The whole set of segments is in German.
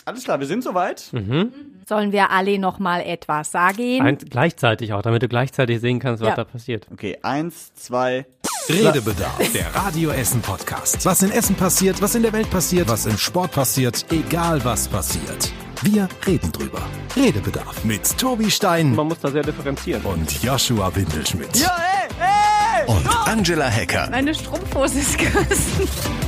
Alles klar, wir sind soweit. Sollen wir alle noch mal etwas sagen? Gleichzeitig auch, damit du gleichzeitig sehen kannst, was da passiert. Okay, 1, 2... Redebedarf, der Radio Essen Podcast. Was in Essen passiert, was in der Welt passiert, was im Sport passiert, egal was passiert. Wir reden drüber. Redebedarf mit Tobi Stein Man muss da sehr differenzieren. und Joshua Windelschmidt. Ja, hey! Und Angela Hecker. Meine Strumpfhose ist gerissen.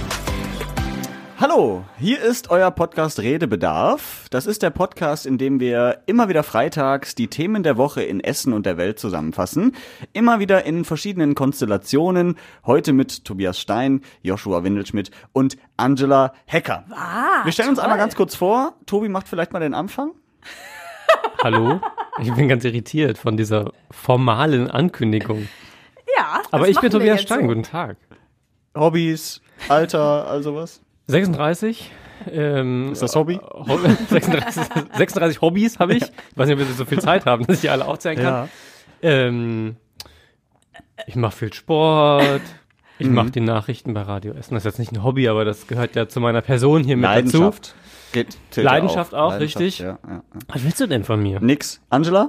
Hallo, hier ist euer Podcast Redebedarf. Das ist der Podcast, in dem wir immer wieder freitags die Themen der Woche in Essen und der Welt zusammenfassen. Immer wieder in verschiedenen Konstellationen. Heute mit Tobias Stein, Joshua Windelschmidt und Angela Hecker. Wir stellen uns einmal ganz kurz vor. Tobi macht vielleicht mal den Anfang. Hallo? Ich bin ganz irritiert von dieser formalen Ankündigung. Ja, Aber das ich bin machen wir Tobias jetzt Stein, so. guten Tag. Hobbys, Alter, also was? 36. Ist das Hobby? 36 Hobbys habe ich. Ich weiß nicht, ob wir so viel Zeit haben, dass ich alle aufzählen kann. Ich mache viel Sport. Ich mache die Nachrichten bei Radio Essen. Das ist jetzt nicht ein Hobby, aber das gehört ja zu meiner Person hier mit Leidenschaft. dazu. Leidenschaft auch, Leidenschaft, richtig. Ja. Was willst du denn von mir? Nix. Angela?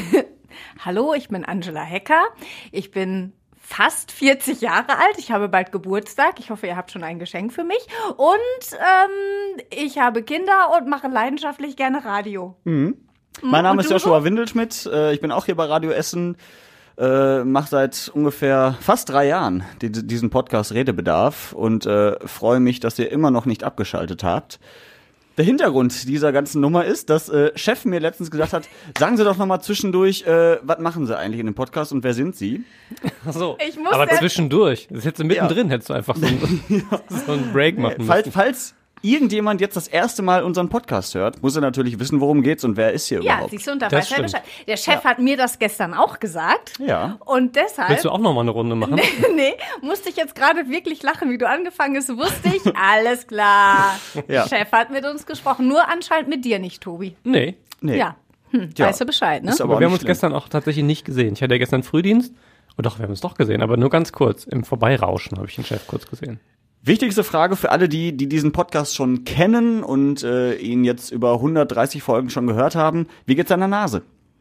Hallo, ich bin Angela Hecker. Ich bin fast 40 Jahre alt. Ich habe bald Geburtstag. Ich hoffe, ihr habt schon ein Geschenk für mich. Und ich habe Kinder und mache leidenschaftlich gerne Radio. Mein Name Und ist du Joshua so? Windelschmidt. Ich bin auch hier bei Radio Essen. Mache seit ungefähr fast 3 Jahren diesen Podcast Redebedarf und freue mich, dass ihr immer noch nicht abgeschaltet habt. Der Hintergrund dieser ganzen Nummer ist, dass Chef mir letztens gesagt hat, sagen Sie doch noch mal zwischendurch, was machen Sie eigentlich in dem Podcast und wer sind Sie? Achso, Ich muss aber ja- zwischendurch. Das hättest du mittendrin, hättest du einfach so einen Break machen müssen. Falls irgendjemand jetzt das erste Mal unseren Podcast hört, muss er natürlich wissen, worum geht's und wer ist hier Ja, überhaupt. siehst du, und da Das weiß er stimmt. Bescheid. Der Chef hat mir das gestern auch gesagt. Ja. Und deshalb Willst du auch noch mal eine Runde machen? nee, musste ich jetzt gerade wirklich lachen, wie du angefangen hast, wusste ich, alles klar. Ja. Chef hat mit uns gesprochen, nur anscheinend mit dir nicht, Tobi. Nee. Nee. Ja, Tja. weißt du Bescheid, ne? Ist Aber auch wir haben nicht uns schlimm. gestern auch tatsächlich nicht gesehen. Ich hatte ja gestern Frühdienst. Oh doch, wir haben uns doch gesehen, aber nur ganz kurz. Im Vorbeirauschen habe ich den Chef kurz gesehen. Wichtigste Frage für alle, die diesen Podcast schon kennen und ihn jetzt über 130 Folgen schon gehört haben. Wie geht's deiner Nase?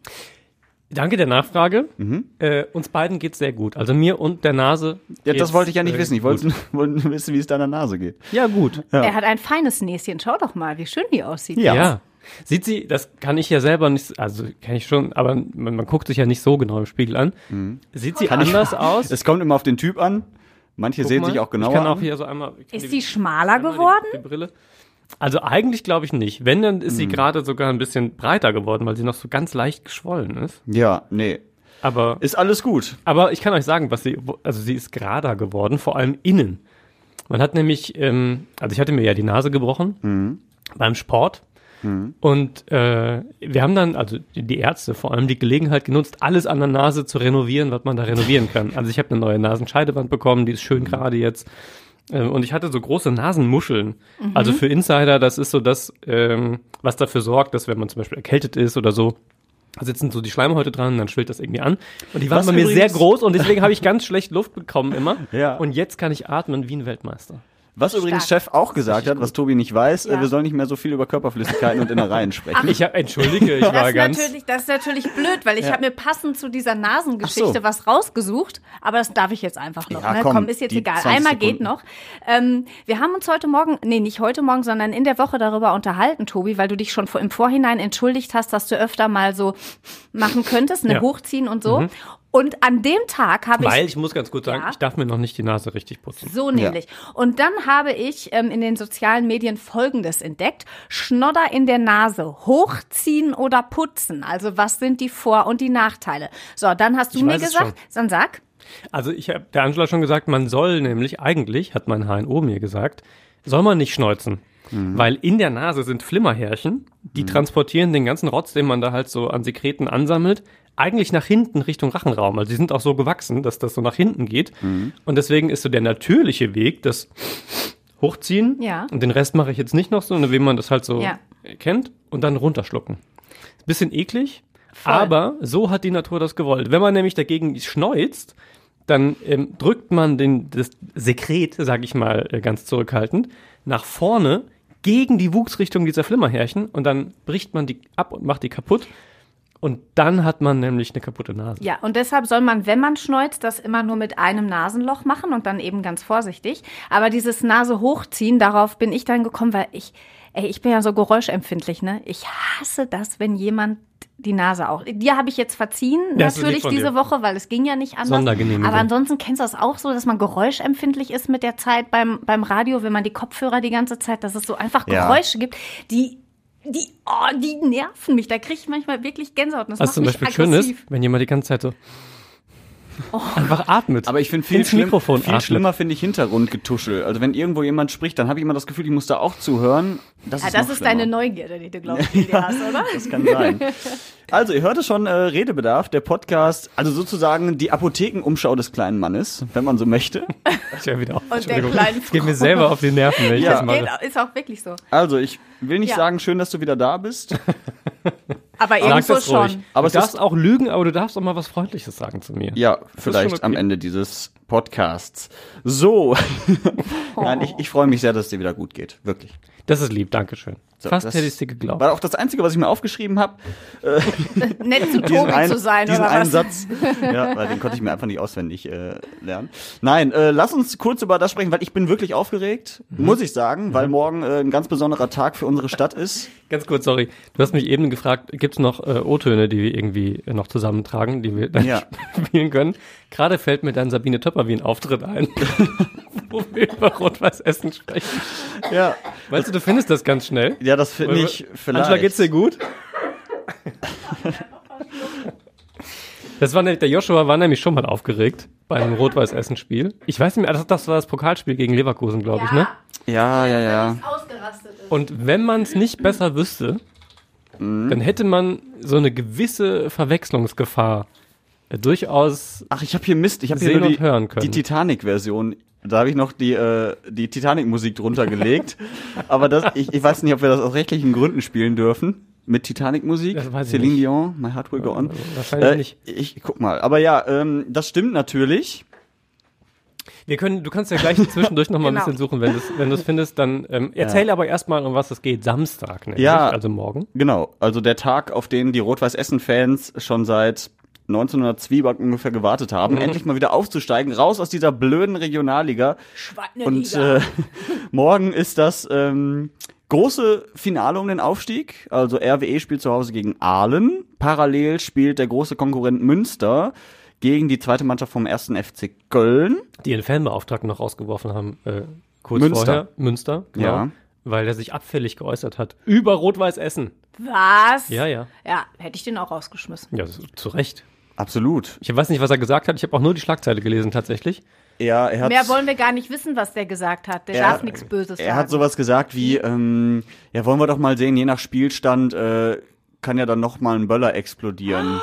Danke der Nachfrage. Uns beiden geht's sehr gut. Also mir und der Nase. Ja, das geht's, wollte ich ja nicht wissen. Ich gut. wollte wissen, wie es deiner Nase geht. Ja, gut. Er hat ein feines Näschen, schau doch mal, wie schön die aussieht. Ja. Sieht sie, das kann ich ja selber nicht, also kann ich schon, aber man guckt sich ja nicht so genau im Spiegel an. Sieht sie anders aus? Es kommt immer auf den Typ an. Manche Guck sehen mal. sich auch genauer Ich kann auch an. hier so einmal. ich kann Ist die schmaler einmal geworden? Die Brille. Also eigentlich glaube ich nicht. Wenn, dann ist sie gerade sogar ein bisschen breiter geworden, weil sie noch so ganz leicht geschwollen ist. Ja, nee. Aber Ist alles gut. ich kann euch sagen, sie ist gerader geworden, vor allem innen. Man hat nämlich, also ich hatte mir ja die Nase gebrochen beim Sport. Und wir haben dann, also die Ärzte vor allem, die Gelegenheit genutzt, alles an der Nase zu renovieren, was man da renovieren kann. Also ich habe eine neue Nasenscheidewand bekommen, die ist schön gerade jetzt. Und ich hatte so große Nasenmuscheln. Also für Insider, das ist so das, was dafür sorgt, dass wenn man zum Beispiel erkältet ist oder so, da sitzen so die Schleimhäute dran, dann schwillt das irgendwie an. Und die waren Was bei mir sehr übrigens- groß und deswegen habe ich ganz schlecht Luft bekommen immer. Ja. Und jetzt kann ich atmen wie ein Weltmeister. Was übrigens Chef auch gesagt hat, was Tobi nicht weiß, Ja. wir sollen nicht mehr so viel über Körperflüssigkeiten und Innereien sprechen. Entschuldige, ich war ganz... Das ist natürlich blöd, weil ich habe mir passend zu dieser Nasengeschichte Ach so. was rausgesucht, aber das darf ich jetzt einfach noch. Ja, Ne? komm, Ist jetzt die egal. 20 Einmal geht Sekunden. noch. Wir haben uns heute Morgen, nicht heute Morgen, sondern in der Woche darüber unterhalten, Tobi, weil du dich schon im Vorhinein entschuldigt hast, dass du öfter mal so machen könntest, Ja. hochziehen und so. Und an dem Tag habe Weil, ich... ich muss ganz kurz sagen, Ja. ich darf mir noch nicht die Nase richtig putzen. So nämlich. Und dann habe ich in den sozialen Medien Folgendes entdeckt. Schnodder in der Nase, hochziehen oder putzen. Also was sind die Vor- und die Nachteile? So, dann hast du Ich mir weiß es gesagt, dann sag. Also ich habe der Angela schon gesagt, man soll nämlich, eigentlich, hat mein HNO mir gesagt, soll man nicht schneuzen. Weil in der Nase sind Flimmerhärchen, die transportieren den ganzen Rotz, den man da halt so an Sekreten ansammelt, eigentlich nach hinten Richtung Rachenraum. Also die sind auch so gewachsen, dass das so nach hinten geht. Und deswegen ist so der natürliche Weg, das hochziehen. Ja. Und den Rest mache ich jetzt nicht noch so, wie man das halt so Ja. kennt. Und dann runterschlucken. Bisschen eklig, Voll. aber so hat die Natur das gewollt. Wenn man nämlich dagegen schneuzt, dann drückt man das Sekret, sage ich mal ganz zurückhaltend, nach vorne gegen die Wuchsrichtung dieser Flimmerhärchen und dann bricht man die ab und macht die kaputt. Und dann hat man nämlich eine kaputte Nase. Ja, und deshalb soll man, wenn man schneuzt, das immer nur mit einem Nasenloch machen und dann eben ganz vorsichtig. Aber dieses Nase hochziehen, darauf bin ich dann gekommen, weil ich bin ja so geräuschempfindlich, ne? Ich hasse das, wenn jemand die Nase auch. Dir habe ich jetzt verziehen, Das ist natürlich lieb von diese dir. Woche, weil es ging ja nicht anders. Sondergenehmigung. Aber ansonsten kennst du das auch so, dass man geräuschempfindlich ist mit der Zeit beim Radio, wenn man die Kopfhörer die ganze Zeit, dass es so einfach Ja. Geräusche gibt, die nerven mich. Da kriege ich manchmal wirklich Gänsehaut. Das Was macht zum mich Beispiel schön aggressiv. ist, wenn jemand die ganze Zeit so einfach atmet. Aber ich finde viel, Ins Mikrofon viel atmet. schlimmer finde ich Hintergrundgetuschel. Also wenn irgendwo jemand spricht, dann habe ich immer das Gefühl, ich muss da auch zuhören. Das Ja, ist das noch ist deine schlimmer. Neugierde, die du, glaubst, in dir hast, oder? Das kann sein. Also, ihr hört es schon, Redebedarf, der Podcast, also sozusagen die Apothekenumschau des kleinen Mannes, wenn man so möchte. Ich höre wieder auf. Und der Entschuldigung. kleinen Ich gehe mir Frau. selber auf die Nerven, wenn ich Ja. das mache. Ist auch wirklich so. Also, ich will nicht Ja. sagen, schön, dass du wieder da bist. Aber Sag irgendwo das ruhig. schon. Aber Du darfst auch lügen, aber du darfst auch mal was Freundliches sagen zu mir. Ja, schon vielleicht okay. am Ende dieses Podcasts. So. Nein, ich freue mich sehr, dass es dir wieder gut geht. Wirklich. Das ist lieb, dankeschön. So, Fast das hätte ich es dir geglaubt. War auch das Einzige, was ich mir aufgeschrieben habe. Nett zu Tobi zu sein, diesen oder einen was? Satz. Ja, weil den konnte ich mir einfach nicht auswendig lernen. Nein, lass uns kurz über das sprechen, weil ich bin wirklich aufgeregt, muss ich sagen, weil morgen ein ganz besonderer Tag für unsere Stadt ist. Ganz kurz, sorry. Du hast mich eben gefragt, gibt es noch O-Töne, die wir irgendwie noch zusammentragen, die wir dann Ja. spielen können? Gerade fällt mir dann Sabine Töpper-Wien-Auftritt ein, wo wir über Rot-Weiß Essen sprechen. Ja, Meinst du, du findest das ganz schnell? ja, das finde ich vielleicht. Angela, geht's dir gut? Das war nämlich, der Joshua war nämlich schon mal aufgeregt beim Rot-Weiß-Essen-Spiel. Ich weiß nicht mehr, das war das Pokalspiel gegen Leverkusen, glaube ich, ne? Ja. Ausgerastet ist. Und wenn man es nicht besser wüsste, dann hätte man so eine gewisse Verwechslungsgefahr durchaus. Ach, ich habe hier Mist. Ich habe hier Sehen nur und hören können. die Titanic-Version. Da habe ich noch die Titanic-Musik drunter gelegt. Aber ich weiß nicht, ob wir das aus rechtlichen Gründen spielen dürfen. Mit Titanic-Musik. Das weiß ich Celine nicht. Dion, My Heart Will Go On. Wahrscheinlich nicht. Ich guck mal. Aber ja, das stimmt natürlich. Du kannst ja gleich zwischendurch noch mal ein Genau. bisschen suchen, wenn du es findest, dann erzähl aber erstmal, um was es geht. Samstag, nämlich, Ja. also morgen. Genau. Also der Tag, auf den die Rot-Weiß-Essen-Fans schon seit 1900 Zwieback ungefähr gewartet haben, endlich mal wieder aufzusteigen, raus aus dieser blöden Regionalliga. Und morgen ist das große Finale um den Aufstieg. Also RWE spielt zu Hause gegen Aalen. Parallel spielt der große Konkurrent Münster gegen die zweite Mannschaft vom 1. FC Köln. Die ihren Fanbeauftragten noch rausgeworfen haben, kurz Münster. vorher. Münster, genau. Ja. Weil er sich abfällig geäußert hat. Über Rot-Weiß Essen. Was? Ja, ja. Ja, hätte ich den auch rausgeschmissen. Ja, zu Recht. Absolut. Ich weiß nicht, was er gesagt hat. Ich habe auch nur die Schlagzeile gelesen, tatsächlich. Ja, er hat Mehr wollen wir gar nicht wissen, was der gesagt hat. Der darf nichts Böses sagen. Er hat sowas gesagt wie, ja, wollen wir doch mal sehen, je nach Spielstand kann ja dann noch mal ein Böller explodieren.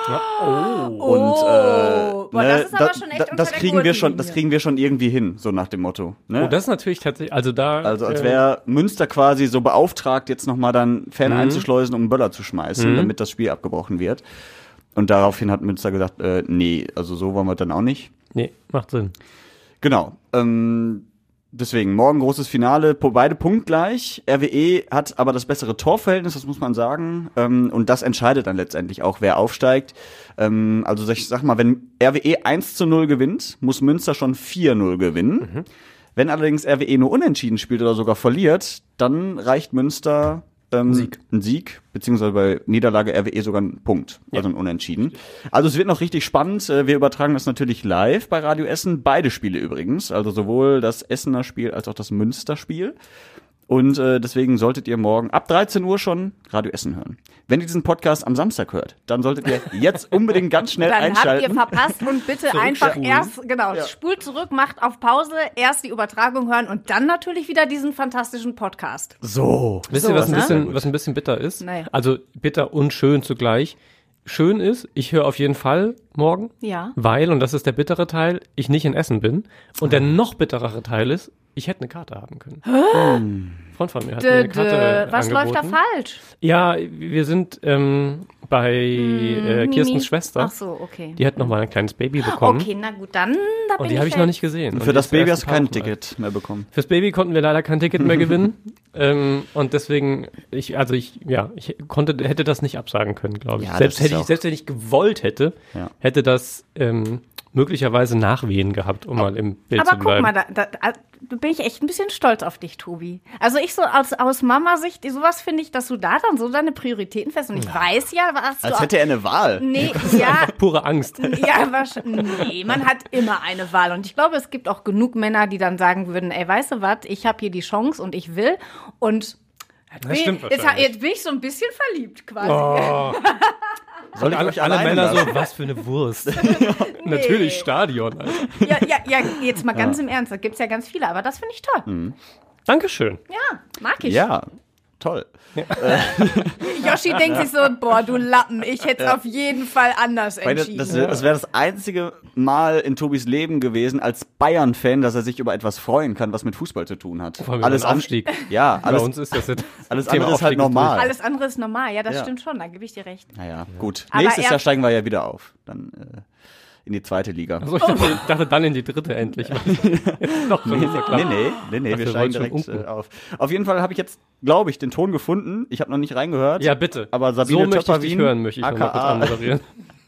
Boah, das ist aber schon echt unter das der kriegen wir schon, Gürtellinie. das kriegen wir schon irgendwie hin, so nach dem Motto. Ne? Oh, das ist natürlich tatsächlich, also als wäre Münster quasi so beauftragt, jetzt noch mal dann Fan einzuschleusen, um einen Böller zu schmeißen, damit das Spiel abgebrochen wird. Und daraufhin hat Münster gesagt, nee, also so wollen wir dann auch nicht. Nee, macht Sinn. Genau. Deswegen, morgen großes Finale, beide punktgleich. RWE hat aber das bessere Torverhältnis, das muss man sagen. Und das entscheidet dann letztendlich auch, wer aufsteigt. Also ich sag mal, wenn RWE 1:0 gewinnt, muss Münster schon 4:0 gewinnen. Wenn allerdings RWE nur unentschieden spielt oder sogar verliert, dann reicht Münster ein Sieg, beziehungsweise bei Niederlage RWE sogar ein Punkt, also ein Unentschieden. Also es wird noch richtig spannend. Wir übertragen das natürlich live bei Radio Essen, beide Spiele übrigens, also sowohl das Essener Spiel als auch das Münster-Spiel. Und deswegen solltet ihr morgen ab 13 Uhr schon Radio Essen hören. Wenn ihr diesen Podcast am Samstag hört, dann solltet ihr jetzt unbedingt ganz schnell Dann einschalten. habt ihr verpasst und bitte einfach erst, spult zurück, macht auf Pause, erst die Übertragung hören und dann natürlich wieder diesen fantastischen Podcast. So. Wisst ihr, was ne? ein bisschen bitter ist? Nee. Also bitter und schön zugleich. Schön ist, ich höre auf jeden Fall morgen, Ja. weil, und das ist der bittere Teil, ich nicht in Essen bin. Und der noch bitterere Teil ist, ich hätte eine Karte haben können. Ein Freund von mir hat mir eine Karte Was angeboten. läuft da falsch? Ja, wir sind bei Kirstens Schwester. Ach so, okay. Die hat noch mal ein kleines Baby bekommen. Okay, na gut, dann da bin Und die habe ich noch nicht gesehen. Und Für das die ist Baby erst hast du kein ein paar Wochen alt. Ticket mehr bekommen. Fürs Baby konnten wir leider kein Ticket mehr gewinnen. Und deswegen, ich hätte das nicht absagen können, glaube ich. Ja, Selbst das ist selbst wenn ich gewollt hätte, Ja. hätte das möglicherweise Nachwehen gehabt, um mal im Bild Aber zu guck bleiben. mal, da bin ich echt ein bisschen stolz auf dich, Tobi. Also ich so aus Mama-Sicht, sowas finde ich, dass du da dann so deine Prioritäten fest und ich weiß ja, was Als du... hätte er eine Wahl. Nee, ja, Pure Angst. ja, wahrscheinlich. Nee, man hat immer eine Wahl. Und ich glaube, es gibt auch genug Männer, die dann sagen würden, ey, weißt du was, ich habe hier die Chance und ich will. Und Das stimmt jetzt wahrscheinlich. bin ich so ein bisschen verliebt quasi. Oh. Soll ich alle euch alleine Männer lassen? so, was für eine Wurst. Natürlich Stadion. Alter. Ja, jetzt mal ganz im Ernst, da gibt es ja ganz viele, aber das finde ich toll. Dankeschön. Ja, mag ich. Ja, toll. Yoshi denkt sich so, boah, du Lappen, ich hätte es auf jeden Fall anders entschieden. Das wäre das einzige Mal in Tobis Leben gewesen als Bayern-Fan, dass er sich über etwas freuen kann, was mit Fußball zu tun hat. Vor allem über den Aufstieg. Ja, Bei uns ist das jetzt alles Thema andere ist halt Aufstieg normal. Alles andere ist normal, ja, das Ja. stimmt schon, da gebe ich dir recht. Naja, gut. Aber Nächstes er- Jahr steigen wir ja wieder auf. Dann in die zweite Liga. Also ich dachte dann in die dritte endlich. Jetzt doch schon nicht geklappt. Nee, wir wir steigen wollen schon direkt unten. auf. Auf jeden Fall habe ich jetzt, glaube ich, den Ton gefunden. Ich habe noch nicht reingehört. Ja, bitte. Aber Sabine so möchte ich dich Töpperwien, hören, möchte ich noch mal kurz aka anmoderieren.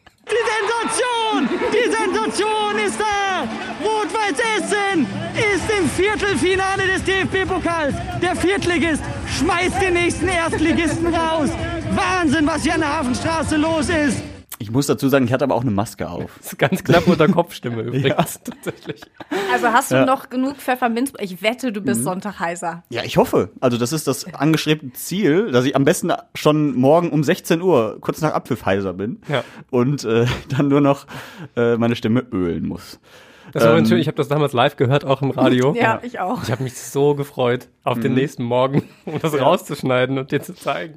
Die Sensation ist da! Rot-Weiß Essen ist im Viertelfinale des DFB-Pokals. Der Viertligist schmeißt den nächsten Erstligisten raus. Wahnsinn, was hier an der Hafenstraße los ist. Ich muss dazu sagen, ich hatte aber auch eine Maske auf. Das ist ganz knapp unter Kopfstimme übrigens, tatsächlich. Also hast du noch genug Pfefferminz? Ich wette, du bist Sonntag heiser. Ja, ich hoffe. Also das ist das angestrebte Ziel, dass ich am besten schon morgen um 16 Uhr, kurz nach Abpfiff, heiser bin. Ja. Und dann nur noch meine Stimme ölen muss. Das war schön, ich habe das damals live gehört, auch im Radio. Ja, ich auch. Ich habe mich so gefreut auf den nächsten Morgen, um das rauszuschneiden und dir zu zeigen.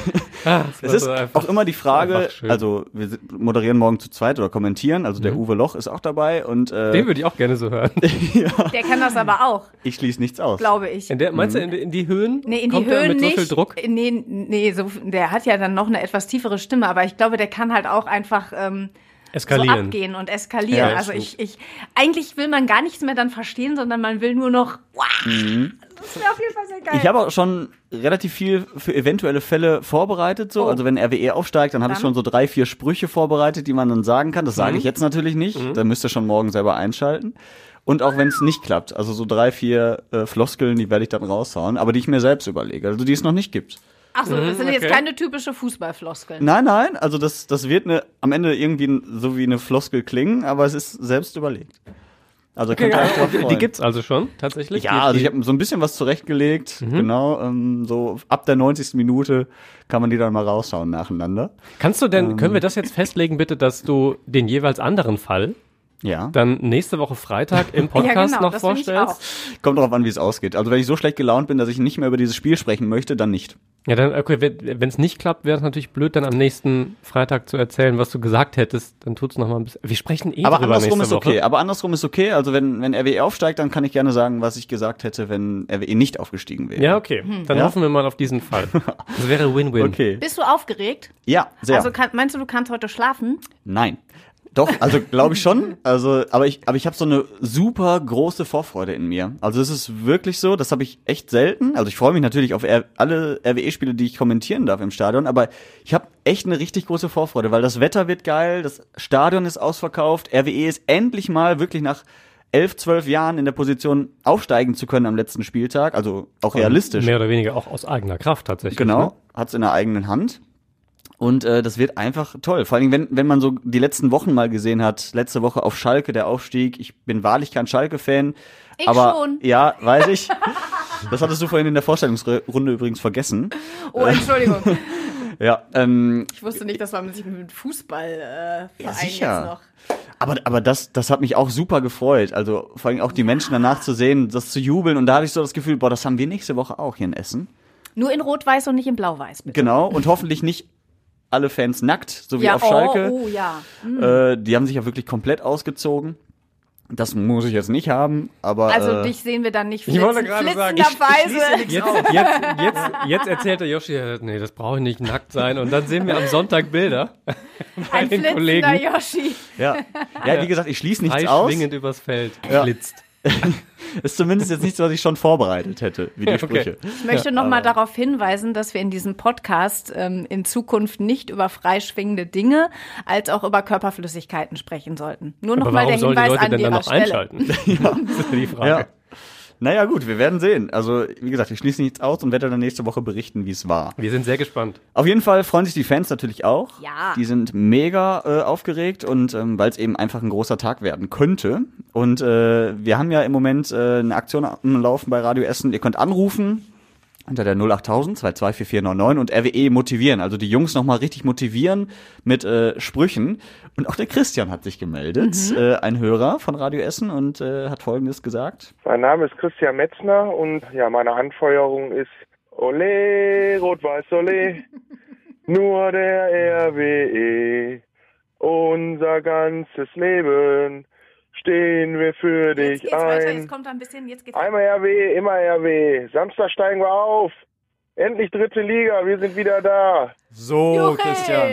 Es ist auch immer die Frage, einfach schön. also wir moderieren morgen zu zweit oder kommentieren, also der Uwe Loch ist auch dabei und Den würde ich auch gerne so hören. Der kann das aber auch, ich schließe nichts aus. glaube ich. Meinst du in die Höhen? Nee, in die Kommt der Höhen mit nicht. so viel Druck? Nee, der hat ja dann noch eine etwas tiefere Stimme, aber ich glaube, der kann halt auch einfach so Eskalieren. abgehen und eskalieren. Ja, also stimmt. eigentlich will man gar nichts mehr dann verstehen, sondern man will nur noch, das wäre auf jeden Fall sehr geil. Ich habe auch schon relativ viel für eventuelle Fälle vorbereitet, so. Oh. Also wenn RWE aufsteigt, dann habe ich Dann? schon so 3-4 Sprüche vorbereitet, die man dann sagen kann. Das sage ich jetzt natürlich nicht. Da müsst ihr schon morgen selber einschalten. Und auch wenn es nicht klappt, also so 3-4 Floskeln, die werde ich dann raushauen, aber die ich mir selbst überlege, also die es noch nicht gibt. Ach so, das sind jetzt okay. keine typische Fußballfloskeln. Nein, also das wird am Ende irgendwie so wie eine Floskel klingen, aber es ist selbst überlegt. Also könnt ihr euch drauf freuen. Die gibt's also schon, tatsächlich? Ja, also ich habe so ein bisschen was zurechtgelegt, genau, so ab der 90. Minute kann man die dann mal raushauen nacheinander. Kannst du denn, können wir das jetzt festlegen, bitte, dass du den jeweils anderen Fall Ja, dann nächste Woche Freitag im Podcast noch das finde ich vorstellst? auch. kommt darauf an, wie es ausgeht. Also wenn ich so schlecht gelaunt bin, dass ich nicht mehr über dieses Spiel sprechen möchte, dann nicht. Ja, dann, okay, wenn es nicht klappt, wäre es natürlich blöd, dann am nächsten Freitag zu erzählen, was du gesagt hättest. Dann tut's noch mal ein bisschen. Wir sprechen Aber drüber andersrum nächste ist Woche. okay. Aber andersrum ist okay. Also wenn RWE aufsteigt, dann kann ich gerne sagen, was ich gesagt hätte, wenn RWE nicht aufgestiegen wäre. Ja, okay. Dann Ja? hoffen wir mal auf diesen Fall. Das wäre Win-Win. Okay. Bist du aufgeregt? Ja, sehr. Also meinst du kannst heute schlafen? Nein. Doch, also glaube ich schon. Also, aber ich habe so eine super große Vorfreude in mir. Also es ist wirklich so, das habe ich echt selten. Also ich freue mich natürlich auf alle RWE-Spiele, die ich kommentieren darf im Stadion, aber ich habe echt eine richtig große Vorfreude, weil das Wetter wird geil, das Stadion ist ausverkauft, RWE ist endlich mal wirklich nach 11, 12 Jahren in der Position aufsteigen zu können am letzten Spieltag, also auch realistisch. Mehr oder weniger auch aus eigener Kraft tatsächlich. Genau, Ne? hat's in der eigenen Hand. Und das wird einfach toll. Vor allem, wenn man so die letzten Wochen mal gesehen hat, letzte Woche auf Schalke, der Aufstieg. Ich bin wahrlich kein Schalke-Fan. Ich aber schon. Ja, weiß ich. Das hattest du vorhin in der Vorstellungsrunde übrigens vergessen. Oh, Entschuldigung. Ja, Ich wusste nicht, dass man sich mit Fußball Ja, Verein sicher. jetzt noch. aber das hat mich auch super gefreut. Also vor allem auch die Menschen danach zu sehen, das zu jubeln. Und da hatte ich so das Gefühl, boah, das haben wir nächste Woche auch hier in Essen. Nur in Rot-Weiß und nicht in Blau-Weiß, bitte. Genau. Und hoffentlich nicht alle Fans nackt, so wie Ja, auf Schalke. oh ja. Die haben sich ja wirklich komplett ausgezogen. Das muss ich jetzt nicht haben, aber... Also dich sehen wir dann nicht Ich wollte gerade sagen, flitzenderweise. Jetzt erzählt der Yoshi, nee, das brauche ich nicht nackt sein. Und dann sehen wir am Sonntag Bilder bei Ein den flitzender Kollegen. Yoshi. Ja, wie gesagt, ich schließe nichts aus. Schwingend übers Feld, Ja. flitzt. Ist zumindest jetzt nichts, was ich schon vorbereitet hätte, wie die Sprüche. Ich möchte noch mal darauf hinweisen, dass wir in diesem Podcast in Zukunft nicht über freischwingende Dinge als auch über Körperflüssigkeiten sprechen sollten. Nur noch Aber mal der warum sollen die Hinweis Leute an denn dann ihrer noch Stelle. einschalten? Das ist ja die Frage. Ja. Naja, gut, wir werden sehen. Also, wie gesagt, ich schließe nichts aus und werde dann nächste Woche berichten, wie es war. Wir sind sehr gespannt. Auf jeden Fall freuen sich die Fans natürlich auch. Ja. Die sind mega aufgeregt und weil es eben einfach ein großer Tag werden könnte. Und wir haben ja im Moment eine Aktion am Laufen bei Radio Essen. Ihr könnt anrufen unter der 08000 224499 und RWE motivieren. Also die Jungs nochmal richtig motivieren mit Sprüchen. Und auch der Christian hat sich gemeldet, ein Hörer von Radio Essen, und hat Folgendes gesagt. Mein Name ist Christian Metzner und ja, meine Anfeuerung ist Ole, Rot-Weiß Ole, nur der RWE, unser ganzes Leben stehen wir für Jetzt dich geht's weiter, ein. jetzt kommt ein bisschen, jetzt geht's Einmal RWE, immer RWE. Samstag steigen wir auf. Endlich 3. Liga, wir sind wieder da. So, Juchhe! Christian.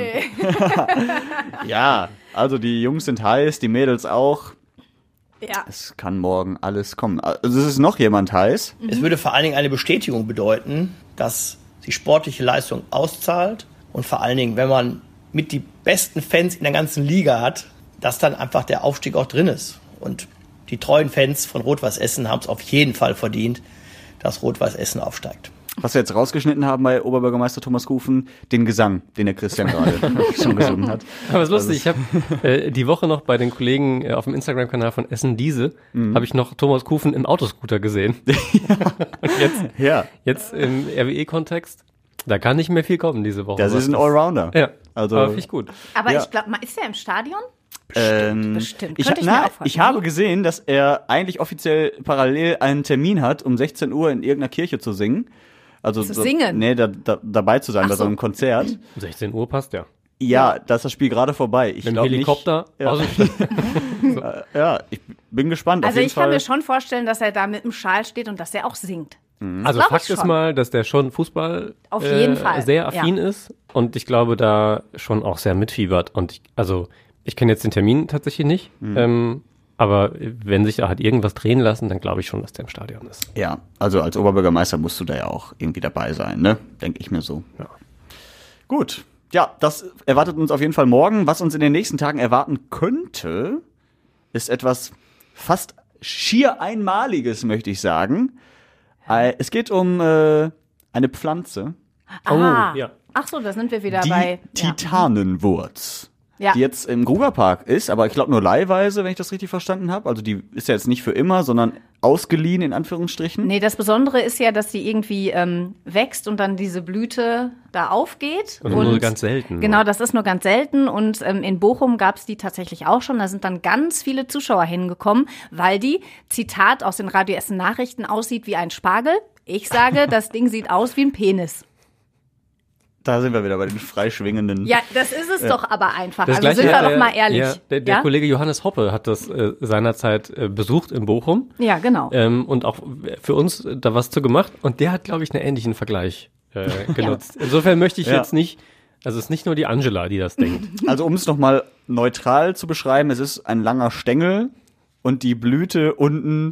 Ja, also die Jungs sind heiß, die Mädels auch. Ja. Es kann morgen alles kommen. Also es ist noch jemand heiß. Es würde vor allen Dingen eine Bestätigung bedeuten, dass die sportliche Leistung auszahlt und vor allen Dingen, wenn man mit die besten Fans in der ganzen Liga hat, dass dann einfach der Aufstieg auch drin ist. Und die treuen Fans von Rot-Weiß Essen haben es auf jeden Fall verdient, dass Rot-Weiß Essen aufsteigt. Was wir jetzt rausgeschnitten haben bei Oberbürgermeister Thomas Kufen, den Gesang, den der Christian gerade schon gesungen hat. Aber es ist lustig, ich habe die Woche noch bei den Kollegen auf dem Instagram-Kanal von Essen Diese, habe ich noch Thomas Kufen im Autoscooter gesehen. Und jetzt im RWE-Kontext, da kann nicht mehr viel kommen diese Woche. Das ist ein Allrounder. Ja, Also, aber finde ich gut. Aber Ja. ich glaube, ist er im Stadion? Bestimmt. Ich, Könnte ich mir auch vorstellen. ich habe gesehen, dass er eigentlich offiziell parallel einen Termin hat, um 16 Uhr in irgendeiner Kirche zu singen. Also Zu singen? Nee, dabei zu sein bei so einem Konzert. 16 Uhr passt ja. Ja, da ist das Spiel gerade vorbei. Ich Mit dem glaube Helikopter nicht. Ja. aus dem Stadion. Ja, ich bin gespannt. Also auf jeden ich kann Fall. mir schon vorstellen, dass er da mit dem Schal steht und dass er auch singt. Also glaub Fakt ich ist schon. mal, dass der schon Fußball Auf jeden Fall, sehr affin ja. ist und ich glaube, da schon auch sehr mitfiebert. Und ich kenne jetzt den Termin tatsächlich nicht, aber wenn sich da halt irgendwas drehen lassen, dann glaube ich schon, dass der im Stadion ist. Ja, also als Oberbürgermeister musst du da ja auch irgendwie dabei sein, ne? Denke ich mir so. Ja. Gut. Ja, das erwartet uns auf jeden Fall morgen. Was uns in den nächsten Tagen erwarten könnte, ist etwas fast schier Einmaliges, möchte ich sagen. Es geht um eine Pflanze, Aha. ja. Ach so, da sind wir wieder die bei. Titanenwurz. Ja. Die jetzt im Grugerpark ist, aber ich glaube nur leihweise, wenn ich das richtig verstanden habe. Also die ist ja jetzt nicht für immer, sondern ausgeliehen in Anführungsstrichen. Nee, das Besondere ist ja, dass die irgendwie wächst und dann diese Blüte da aufgeht. Und nur ganz selten. Genau, das ist nur ganz selten. Und in Bochum gab es die tatsächlich auch schon. Da sind dann ganz viele Zuschauer hingekommen, weil die, Zitat aus den Radio Essen Nachrichten, aussieht wie ein Spargel. Ich sage, das Ding sieht aus wie ein Penis. Da sind wir wieder bei den freischwingenden. Ja, das ist es doch aber einfach. Das Also Gleiche sind wir hat doch mal ehrlich. Ja, der ja? Kollege Johannes Hoppe hat das seinerzeit besucht in Bochum. Ja, genau. Und auch für uns da was zu gemacht. Und der hat, glaube ich, einen ähnlichen Vergleich genutzt. Insofern möchte ich jetzt nicht, also es ist nicht nur die Angela, die das denkt. Also um es nochmal neutral zu beschreiben, es ist ein langer Stängel und die Blüte unten.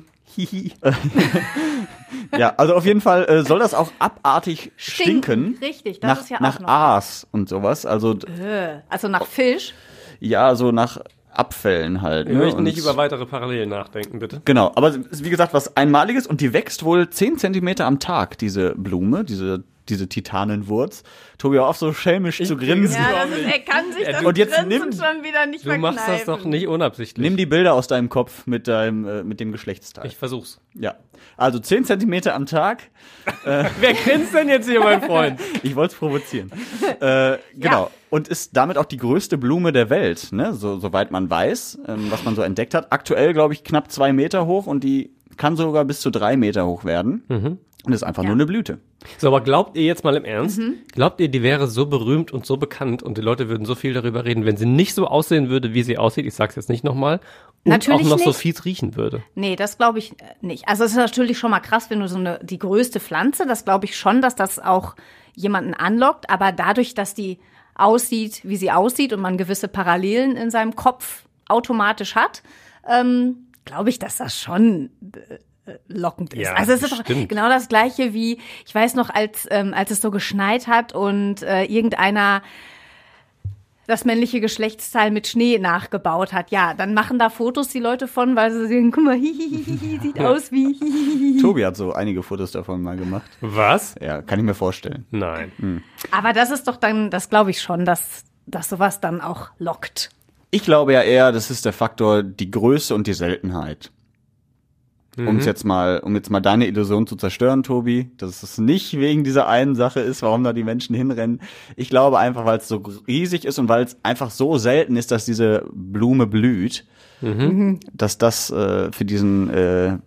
Ja, also auf jeden Fall soll das auch abartig stinken. Richtig, das nach, ist ja auch nach noch. Aas und sowas. Also Also nach Fisch. ja, so nach Abfällen halt. Wir Ne? möchten Und- nicht über weitere Parallelen nachdenken, bitte. Genau, aber es ist wie gesagt was Einmaliges und die wächst wohl 10 Zentimeter am Tag, diese Blume, diese Titanenwurz. Tobi, auch so schelmisch zu grinsen. Ja, das ist, er kann sich das und jetzt Grinsen nimm- schon wieder nicht Du machst das verkneifen. doch nicht unabsichtlich. Nimm die Bilder aus deinem Kopf mit dem Geschlechtsteil. Ich versuch's. Ja, also 10 Zentimeter am Tag. Wer grinst denn jetzt hier, mein Freund? Ich wollte es provozieren. Genau. Ja. Und ist damit auch die größte Blume der Welt, ne? Soweit man weiß, was man so entdeckt hat. Aktuell, glaube ich, knapp 2 Meter hoch und die kann sogar bis zu 3 Meter hoch werden. Und das ist einfach nur eine Blüte. So, aber glaubt ihr jetzt mal im Ernst, glaubt ihr, die wäre so berühmt und so bekannt und die Leute würden so viel darüber reden, wenn sie nicht so aussehen würde, wie sie aussieht, ich sag's jetzt nicht nochmal, und Natürlich auch noch so nicht. fies riechen würde? Nee, das glaube ich nicht. Also es ist natürlich schon mal krass, wenn du die größte Pflanze, das glaube ich schon, dass das auch jemanden anlockt, aber dadurch, dass die aussieht, wie sie aussieht und man gewisse Parallelen in seinem Kopf automatisch hat, glaube ich, dass das schon lockend ist. Ja, also es ist doch bestimmt. genau das Gleiche wie, ich weiß noch, als es so geschneit hat und irgendeiner das männliche Geschlechtsteil mit Schnee nachgebaut hat. Ja, dann machen da Fotos die Leute von, weil sie sehen, guck mal, hihihihi, sieht aus wie hihihihi. Tobi hat so einige Fotos davon mal gemacht. Was? Ja, kann ich mir vorstellen. Nein. Aber das ist doch dann, das glaube ich schon, dass sowas dann auch lockt. Ich glaube ja eher, das ist der Faktor die Größe und die Seltenheit. Um jetzt mal deine Illusion zu zerstören, Tobi, dass es nicht wegen dieser einen Sache ist, warum da die Menschen hinrennen. Ich glaube einfach, weil es so riesig ist und weil es einfach so selten ist, dass diese Blume blüht, dass das für diesen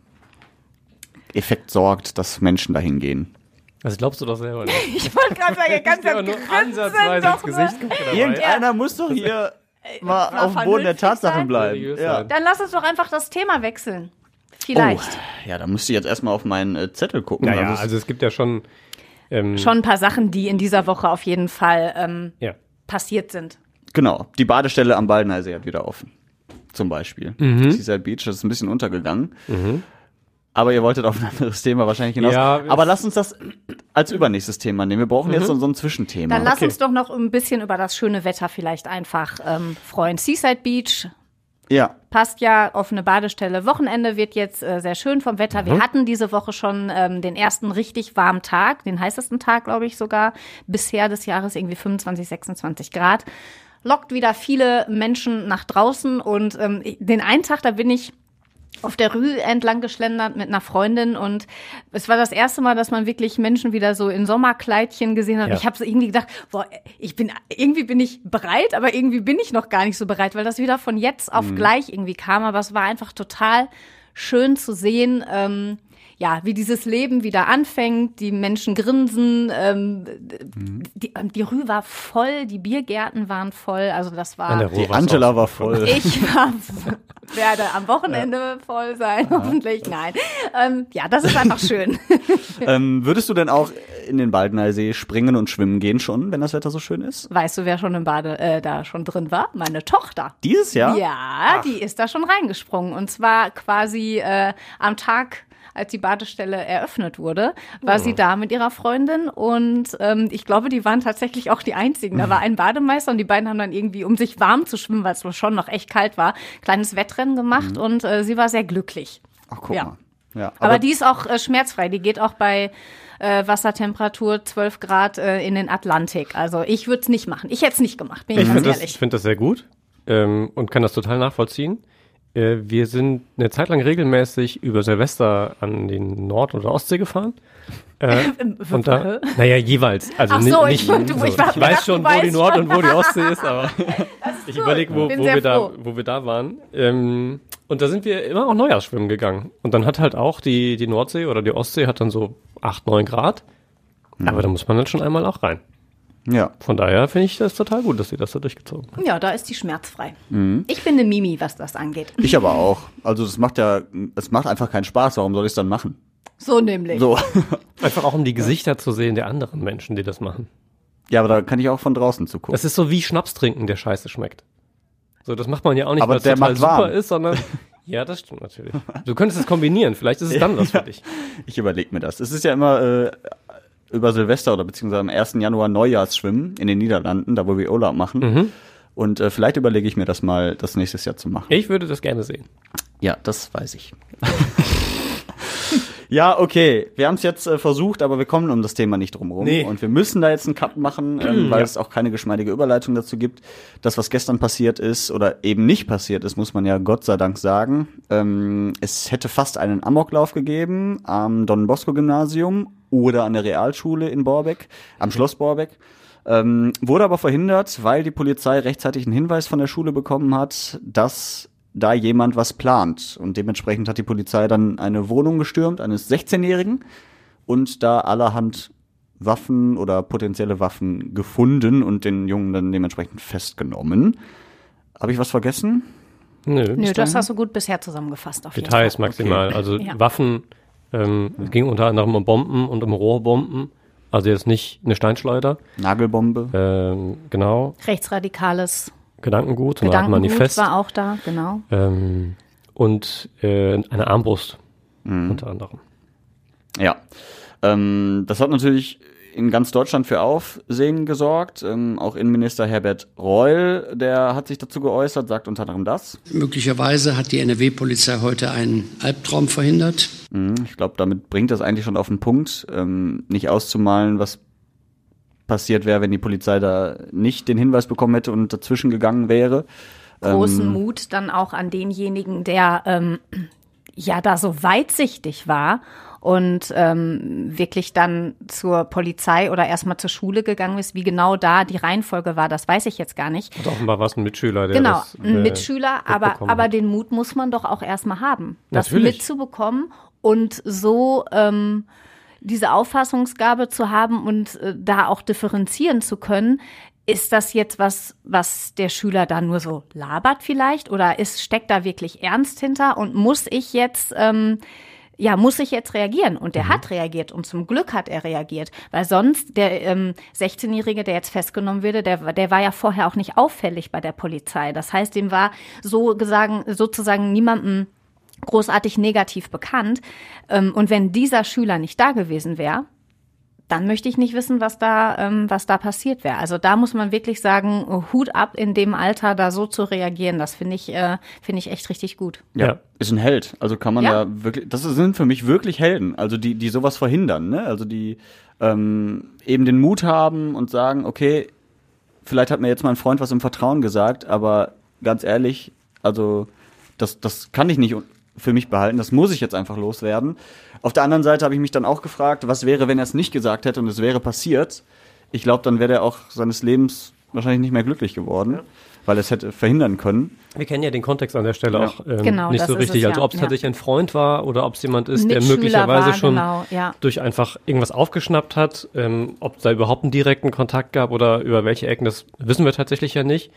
Effekt sorgt, dass Menschen dahin gehen. Das glaubst du doch selber nicht. Ich wollte gerade sagen, ganz Ja, nur ansatzweise ins Gesicht gucken dabei. Irgendeiner muss doch hier mal auf dem Boden der vernünftig Tatsachen sein. bleiben. Seriös Ja. sein. Dann lass uns doch einfach das Thema wechseln. Vielleicht. Oh, ja, da müsste ich jetzt erstmal auf meinen Zettel gucken. Naja, es- also es gibt ja schon Schon ein paar Sachen, die in dieser Woche auf jeden Fall ja. passiert sind. Genau, die Badestelle am Baldener See hat wieder offen. Zum Beispiel. Seaside Beach, das ist ein bisschen untergegangen. Aber ihr wolltet auf ein anderes Thema wahrscheinlich hinaus. Ja, aber lasst uns das als übernächstes Thema nehmen. Wir brauchen jetzt so ein Zwischenthema. Dann lass Okay. uns doch noch ein bisschen über das schöne Wetter vielleicht einfach freuen. Seaside Beach Ja, passt ja, offene Badestelle. Wochenende wird jetzt sehr schön vom Wetter. Wir hatten diese Woche schon den ersten richtig warmen Tag, den heißesten Tag, glaube ich sogar, bisher des Jahres, irgendwie 25, 26 Grad. Lockt wieder viele Menschen nach draußen und den einen Tag, da bin ich auf der Rue entlang geschlendert mit einer Freundin und es war das erste Mal, dass man wirklich Menschen wieder so in Sommerkleidchen gesehen hat. Ja. Ich habe so irgendwie gedacht, boah, irgendwie bin ich bereit, aber irgendwie bin ich noch gar nicht so bereit, weil das wieder von jetzt auf gleich irgendwie kam. Aber es war einfach total schön zu sehen, ja, wie dieses Leben wieder anfängt, die Menschen grinsen, die Rue war voll, die Biergärten waren voll, also das war... An der Ruhr die war's Angela auch war voll. voll. Ich werde am Wochenende voll sein, hoffentlich. Nein. Ja, das ist einfach schön. Würdest du denn auch in den Baldener See springen und schwimmen gehen schon, wenn das Wetter so schön ist? Weißt du, wer schon im Bade da schon drin war? Meine Tochter. Dieses Jahr? Ja, die ist da schon reingesprungen. Und zwar quasi am Tag, als die Badestelle eröffnet wurde, war sie da mit ihrer Freundin und ich glaube, die waren tatsächlich auch die einzigen. Da war ein Bademeister und die beiden haben dann irgendwie, um sich warm zu schwimmen, weil es schon noch echt kalt war, kleines Wettrennen gemacht und sie war sehr glücklich. Ach, guck Ja. mal. Ja, Aber die ist auch schmerzfrei. Die geht auch bei Wassertemperatur 12 Grad in den Atlantik. Also ich würde es nicht machen. Ich hätte es nicht gemacht, bin ich ganz Ich ehrlich. finde das sehr gut und kann das total nachvollziehen. Wir sind eine Zeit lang regelmäßig über Silvester an den Nord- oder Ostsee gefahren. Und da, naja, jeweils. Also Ach so, nicht, ich weiß schon, wo die Nord- und wo die Ostsee ist, aber ich überlege, wo Bin sehr wir da waren. Und da sind wir immer auch Neujahrsschwimmen gegangen. Und dann hat halt auch die Nordsee oder die Ostsee hat dann so 8, 9 Grad. Aber da muss man dann schon einmal auch rein. ja. Von daher finde ich das total gut, dass sie das so durchgezogen hat. Ja, da ist die schmerzfrei. Ich bin eine Mimi, was das angeht. Ich aber auch. Also es macht einfach keinen Spaß. Warum soll ich es dann machen? So nämlich. So. Einfach auch, um die Gesichter zu sehen der anderen Menschen, die das machen. Ja, aber da kann ich auch von draußen zugucken. Das ist so wie Schnaps trinken, der scheiße schmeckt. So, das macht man ja auch nicht, Aber weil es der total macht super warm. ist, sondern ja, das stimmt natürlich. Du könntest es kombinieren, vielleicht ist es dann was für dich. Ich überlege mir das. Es ist ja immer über Silvester oder beziehungsweise am 1. Januar Neujahrsschwimmen in den Niederlanden, da wo wir Urlaub machen. Und vielleicht überlege ich mir das mal, das nächstes Jahr zu machen. Ich würde das gerne sehen. Ja, das weiß ich. Ja, okay. Wir haben es jetzt versucht, aber wir kommen um das Thema nicht drum rum. Nee. Und wir müssen da jetzt einen Cut machen, weil es auch keine geschmeidige Überleitung dazu gibt. Das, was gestern passiert ist oder eben nicht passiert ist, muss man ja Gott sei Dank sagen. Es hätte fast einen Amoklauf gegeben am Don Bosco Gymnasium oder an der Realschule in Borbeck, am Schloss Borbeck. Wurde aber verhindert, weil die Polizei rechtzeitig einen Hinweis von der Schule bekommen hat, dass da jemand was plant. Und dementsprechend hat die Polizei dann eine Wohnung gestürmt, eines 16-Jährigen, und da allerhand Waffen oder potenzielle Waffen gefunden und den Jungen dann dementsprechend festgenommen. Habe ich was vergessen? Nö, das hast du gut bisher zusammengefasst. Auf Details jeden Fall. maximal. Okay. Also Waffen, es ging unter anderem um Bomben und um Rohrbomben. Also jetzt nicht eine Steinschleuder. Nagelbombe. Genau. Rechtsradikales Gedankengut Manifest war auch da, genau. Und eine Armbrust unter anderem. Ja, das hat natürlich in ganz Deutschland für Aufsehen gesorgt. Auch Innenminister Herbert Reul, der hat sich dazu geäußert, sagt unter anderem das. Möglicherweise hat die NRW-Polizei heute einen Albtraum verhindert. Ich glaube, damit bringt das eigentlich schon auf den Punkt, nicht auszumalen, was passiert wäre, wenn die Polizei da nicht den Hinweis bekommen hätte und dazwischen gegangen wäre. Großen Mut dann auch an denjenigen, der da so weitsichtig war und wirklich dann zur Polizei oder erstmal zur Schule gegangen ist. Wie genau da die Reihenfolge war, das weiß ich jetzt gar nicht. Und offenbar war es ein Mitschüler, der das ein Mitschüler, aber den Mut muss man doch auch erstmal haben, das mitzubekommen und so diese Auffassungsgabe zu haben und da auch differenzieren zu können. Ist das jetzt was der Schüler da nur so labert vielleicht oder steckt da wirklich Ernst hinter und muss ich jetzt reagieren? Und der hat reagiert und zum Glück hat er reagiert, weil sonst der 16-Jährige, der jetzt festgenommen würde, der war ja vorher auch nicht auffällig bei der Polizei. Das heißt, dem war sozusagen niemandem großartig negativ bekannt. Und wenn dieser Schüler nicht da gewesen wäre, dann möchte ich nicht wissen, was da passiert wäre. Also da muss man wirklich sagen, Hut ab in dem Alter, da so zu reagieren. Das finde ich echt richtig gut. Ja, ist ein Held. Also kann man da wirklich, das sind für mich wirklich Helden. Also die sowas verhindern, ne? Also die eben den Mut haben und sagen, okay, vielleicht hat mir jetzt mein Freund was im Vertrauen gesagt, aber ganz ehrlich, also das kann ich nicht für mich behalten, das muss ich jetzt einfach loswerden. Auf der anderen Seite habe ich mich dann auch gefragt, was wäre, wenn er es nicht gesagt hätte und es wäre passiert. Ich glaube, dann wäre er auch seines Lebens wahrscheinlich nicht mehr glücklich geworden, weil er es hätte verhindern können. Wir kennen ja den Kontext an der Stelle auch nicht so richtig. Also ob es tatsächlich ein Freund war oder ob es jemand ist, der möglicherweise schon durch einfach irgendwas aufgeschnappt hat. Ob es da überhaupt einen direkten Kontakt gab oder über welche Ecken, das wissen wir tatsächlich ja nicht.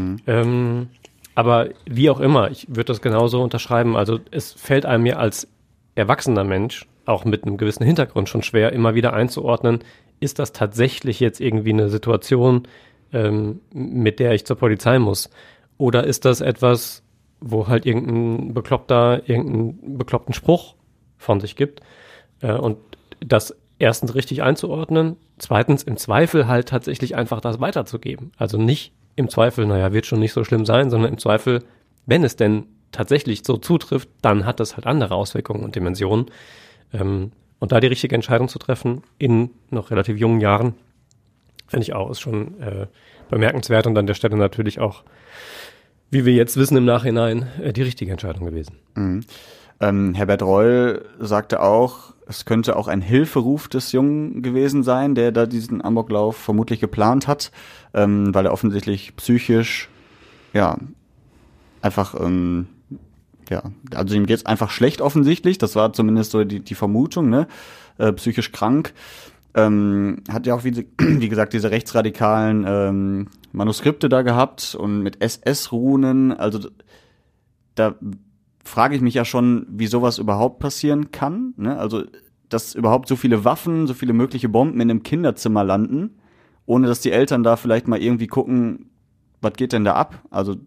Aber wie auch immer, ich würde das genauso unterschreiben. Also es fällt einem ja als erwachsener Mensch, auch mit einem gewissen Hintergrund schon schwer, immer wieder einzuordnen, ist das tatsächlich jetzt irgendwie eine Situation, mit der ich zur Polizei muss? Oder ist das etwas, wo halt irgendein bekloppten Spruch von sich gibt? Und das erstens richtig einzuordnen, zweitens im Zweifel halt tatsächlich einfach das weiterzugeben. Also nicht im Zweifel, wird schon nicht so schlimm sein, sondern im Zweifel, wenn es denn tatsächlich so zutrifft, dann hat das halt andere Auswirkungen und Dimensionen. Und da die richtige Entscheidung zu treffen in noch relativ jungen Jahren, finde ich auch, ist schon bemerkenswert und an der Stelle natürlich auch, wie wir jetzt wissen im Nachhinein, die richtige Entscheidung gewesen. Herbert Reul sagte auch, es könnte auch ein Hilferuf des Jungen gewesen sein, der da diesen Amoklauf vermutlich geplant hat, weil er offensichtlich psychisch, einfach, also ihm geht's einfach schlecht offensichtlich, das war zumindest so die Vermutung, ne, psychisch krank, hat ja auch, wie gesagt, diese rechtsradikalen Manuskripte da gehabt und mit SS-Runen, also da frage ich mich ja schon, wie sowas überhaupt passieren kann, ne? Also, dass überhaupt so viele Waffen, so viele mögliche Bomben in einem Kinderzimmer landen, ohne dass die Eltern da vielleicht mal irgendwie gucken, was geht denn da ab? Also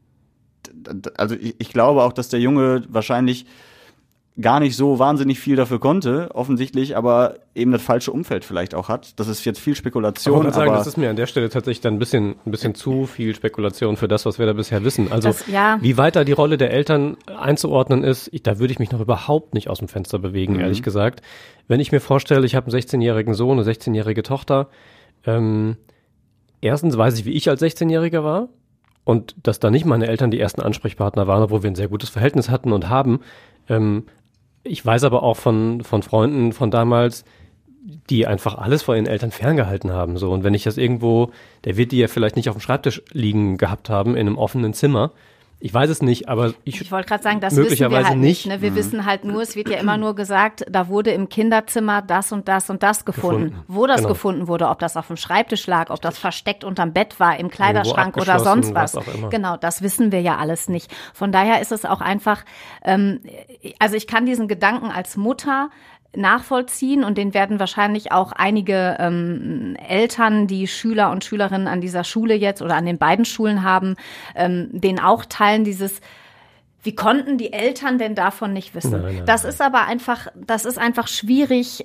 ich glaube auch, dass der Junge wahrscheinlich gar nicht so wahnsinnig viel dafür konnte, offensichtlich, aber eben das falsche Umfeld vielleicht auch hat. Das ist jetzt viel Spekulation. Ich würde sagen, das ist mir an der Stelle tatsächlich dann ein bisschen zu viel Spekulation für das, was wir da bisher wissen. Also wie weit da die Rolle der Eltern einzuordnen ist, da würde ich mich noch überhaupt nicht aus dem Fenster bewegen, ehrlich gesagt. Wenn ich mir vorstelle, ich habe einen 16-jährigen Sohn, eine 16-jährige Tochter, erstens weiß ich, wie ich als 16-Jähriger war und dass da nicht meine Eltern die ersten Ansprechpartner waren, obwohl wir ein sehr gutes Verhältnis hatten und haben. Ich weiß aber auch von Freunden von damals, die einfach alles vor ihren Eltern ferngehalten haben. So. Und wenn ich das irgendwo, der wird die ja vielleicht nicht auf dem Schreibtisch liegen gehabt haben, in einem offenen Zimmer. Ich weiß es nicht, aber ich wollte gerade sagen, das wissen wir möglicherweise halt nicht. nicht. Ne? Wir wissen halt nur, es wird ja immer nur gesagt, da wurde im Kinderzimmer das und das und das gefunden. Wo das gefunden wurde, ob das auf dem Schreibtisch lag, ob das versteckt unterm Bett war, im Kleiderschrank oder sonst was. Auch immer. Genau, das wissen wir ja alles nicht. Von daher ist es auch einfach, also ich kann diesen Gedanken als Mutter nachvollziehen und den werden wahrscheinlich auch einige Eltern, die Schüler und Schülerinnen an dieser Schule jetzt oder an den beiden Schulen haben, den auch teilen, wie konnten die Eltern denn davon nicht wissen? Nein. Das ist einfach schwierig,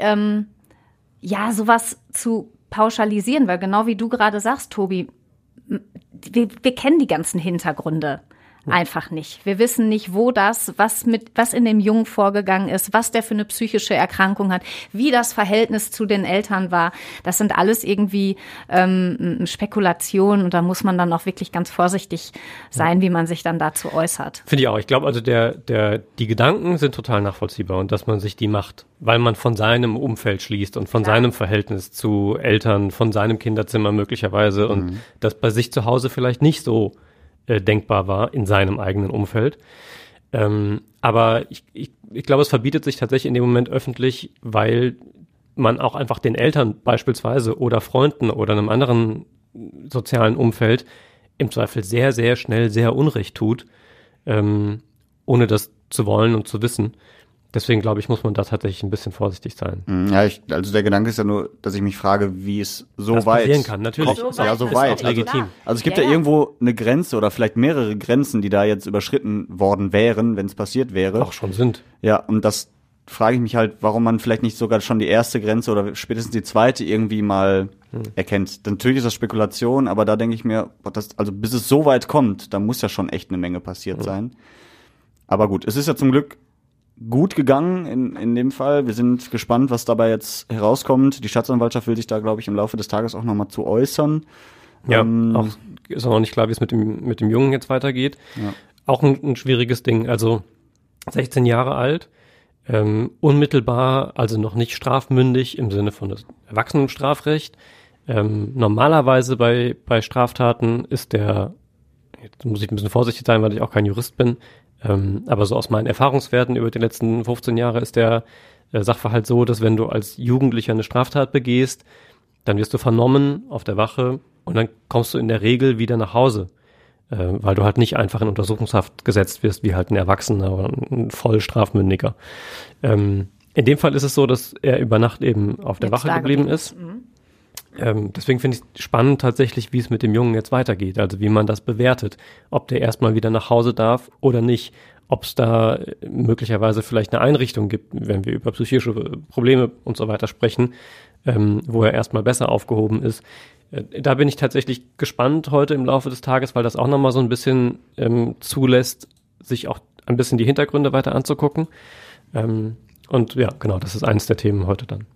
sowas zu pauschalisieren, weil genau wie du gerade sagst, Tobi, wir kennen die ganzen Hintergründe einfach nicht. Wir wissen nicht, was in dem Jungen vorgegangen ist, was der für eine psychische Erkrankung hat, wie das Verhältnis zu den Eltern war. Das sind alles irgendwie Spekulationen und da muss man dann auch wirklich ganz vorsichtig sein, wie man sich dann dazu äußert. Finde ich auch. Ich glaube also, die Gedanken sind total nachvollziehbar und dass man sich die macht, weil man von seinem Umfeld schließt und von seinem Verhältnis zu Eltern, von seinem Kinderzimmer möglicherweise und das bei sich zu Hause vielleicht nicht so denkbar war in seinem eigenen Umfeld. Aber ich glaube, es verbietet sich tatsächlich in dem Moment öffentlich, weil man auch einfach den Eltern beispielsweise oder Freunden oder einem anderen sozialen Umfeld im Zweifel sehr, sehr schnell sehr Unrecht tut, ohne das zu wollen und zu wissen. Deswegen, glaube ich, muss man da tatsächlich ein bisschen vorsichtig sein. Ja, also der Gedanke ist ja nur, dass ich mich frage, wie es so das weit passieren kann. Natürlich. So weit. Ist auch legitim. Also es gibt ja irgendwo eine Grenze oder vielleicht mehrere Grenzen, die da jetzt überschritten worden wären, wenn es passiert wäre. Auch schon sind. Ja, und das frage ich mich halt, warum man vielleicht nicht sogar schon die erste Grenze oder spätestens die zweite irgendwie mal erkennt. Natürlich ist das Spekulation, aber da denke ich mir, also bis es so weit kommt, da muss ja schon echt eine Menge passiert sein. Aber gut, es ist ja zum Glück gut gegangen in dem Fall. Wir sind gespannt, was dabei jetzt herauskommt. Die Staatsanwaltschaft will sich da, glaube ich, im Laufe des Tages auch nochmal zu äußern. Ja, auch ist auch noch nicht klar, wie es mit dem Jungen jetzt weitergeht. Ja. Auch ein schwieriges Ding. Also 16 Jahre alt, unmittelbar, also noch nicht strafmündig im Sinne von des Erwachsenenstrafrecht. Normalerweise bei Straftaten ist jetzt muss ich ein bisschen vorsichtig sein, weil ich auch kein Jurist bin, aber so aus meinen Erfahrungswerten über die letzten 15 Jahre ist der Sachverhalt so, dass wenn du als Jugendlicher eine Straftat begehst, dann wirst du vernommen auf der Wache und dann kommst du in der Regel wieder nach Hause, weil du halt nicht einfach in Untersuchungshaft gesetzt wirst, wie halt ein Erwachsener oder ein voll Strafmündiger. In dem Fall ist es so, dass er über Nacht eben auf der Wache geblieben ist. Deswegen finde ich es spannend tatsächlich, wie es mit dem Jungen jetzt weitergeht, also wie man das bewertet, ob der erstmal wieder nach Hause darf oder nicht, ob es da möglicherweise vielleicht eine Einrichtung gibt, wenn wir über psychische Probleme und so weiter sprechen, wo er erstmal besser aufgehoben ist. Da bin ich tatsächlich gespannt heute im Laufe des Tages, weil das auch nochmal so ein bisschen zulässt, sich auch ein bisschen die Hintergründe weiter anzugucken. Und ja, genau, das ist eines der Themen heute dann.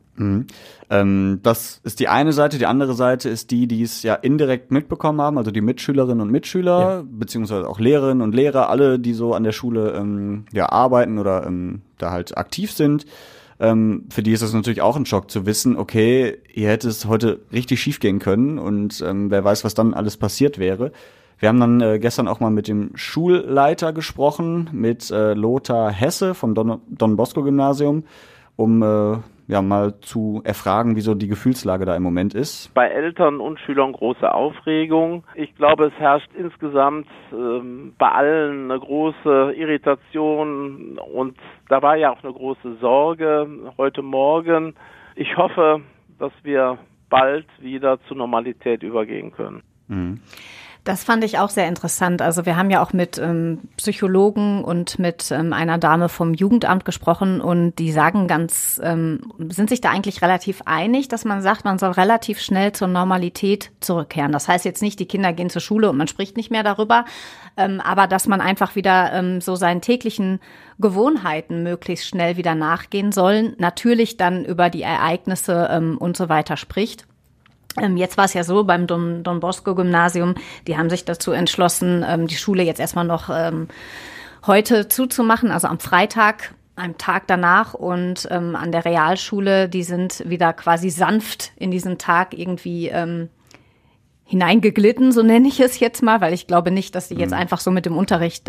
Das ist die eine Seite. Die andere Seite ist die es ja indirekt mitbekommen haben, also die Mitschülerinnen und Mitschüler, beziehungsweise auch Lehrerinnen und Lehrer, alle, die so an der Schule arbeiten oder da halt aktiv sind. Für die ist das natürlich auch ein Schock zu wissen, okay, ihr hättet es heute richtig schief gehen können und wer weiß, was dann alles passiert wäre. Wir haben dann gestern auch mal mit dem Schulleiter gesprochen, mit Lothar Hesse vom Don Bosco Gymnasium, um mal zu erfragen, wie so die Gefühlslage da im Moment ist. Bei Eltern und Schülern große Aufregung. Ich glaube, es herrscht insgesamt bei allen eine große Irritation und da war ja auch eine große Sorge heute Morgen. Ich hoffe, dass wir bald wieder zur Normalität übergehen können. Das fand ich auch sehr interessant. Also wir haben ja auch mit Psychologen und mit einer Dame vom Jugendamt gesprochen und die sagen sind sich da eigentlich relativ einig, dass man sagt, man soll relativ schnell zur Normalität zurückkehren. Das heißt jetzt nicht, die Kinder gehen zur Schule und man spricht nicht mehr darüber, aber dass man einfach wieder so seinen täglichen Gewohnheiten möglichst schnell wieder nachgehen soll. Natürlich dann über die Ereignisse und so weiter spricht. Jetzt war es ja so beim Don Bosco Gymnasium, die haben sich dazu entschlossen, die Schule jetzt erstmal noch heute zuzumachen, also am Freitag, einem Tag danach und an der Realschule, die sind wieder quasi sanft in diesen Tag irgendwie hineingeglitten, so nenne ich es jetzt mal, weil ich glaube nicht, dass die jetzt einfach so mit dem Unterricht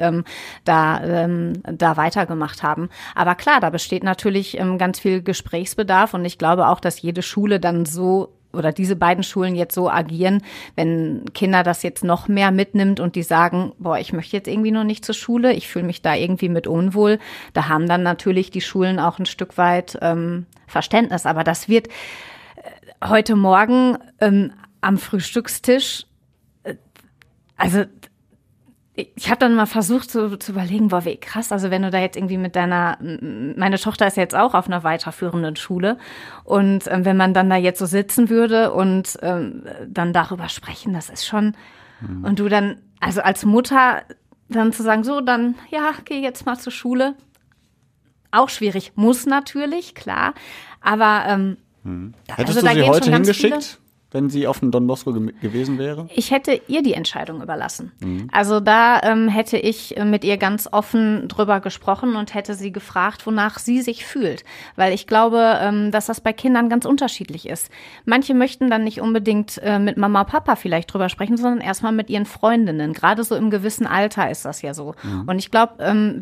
da weitergemacht haben. Aber klar, da besteht natürlich ganz viel Gesprächsbedarf und ich glaube auch, dass jede Schule dann so oder diese beiden Schulen jetzt so agieren, wenn Kinder das jetzt noch mehr mitnimmt und die sagen, boah, ich möchte jetzt irgendwie noch nicht zur Schule, ich fühle mich da irgendwie mit unwohl, da haben dann natürlich die Schulen auch ein Stück weit Verständnis. Aber das wird heute Morgen am Frühstückstisch, also ich habe dann mal versucht zu überlegen, boah, wie krass, also wenn du da jetzt irgendwie meine Tochter ist jetzt auch auf einer weiterführenden Schule und wenn man dann da jetzt so sitzen würde und dann darüber sprechen, das ist schon, und du dann, also als Mutter dann zu sagen, so, dann, ja, geh jetzt mal zur Schule, auch schwierig, muss natürlich, klar, aber Hättest du sie heute hingeschickt, wenn sie auf dem Don Bosco gewesen wäre? Ich hätte ihr die Entscheidung überlassen. Also da hätte ich mit ihr ganz offen drüber gesprochen und hätte sie gefragt, wonach sie sich fühlt. Weil ich glaube, dass das bei Kindern ganz unterschiedlich ist. Manche möchten dann nicht unbedingt mit Mama, Papa vielleicht drüber sprechen, sondern erstmal mit ihren Freundinnen. Gerade so im gewissen Alter ist das ja so. Und ich glaube,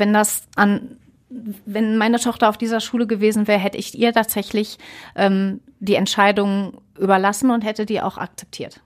wenn meine Tochter auf dieser Schule gewesen wäre, hätte ich ihr tatsächlich die Entscheidung überlassen und hätte die auch akzeptiert.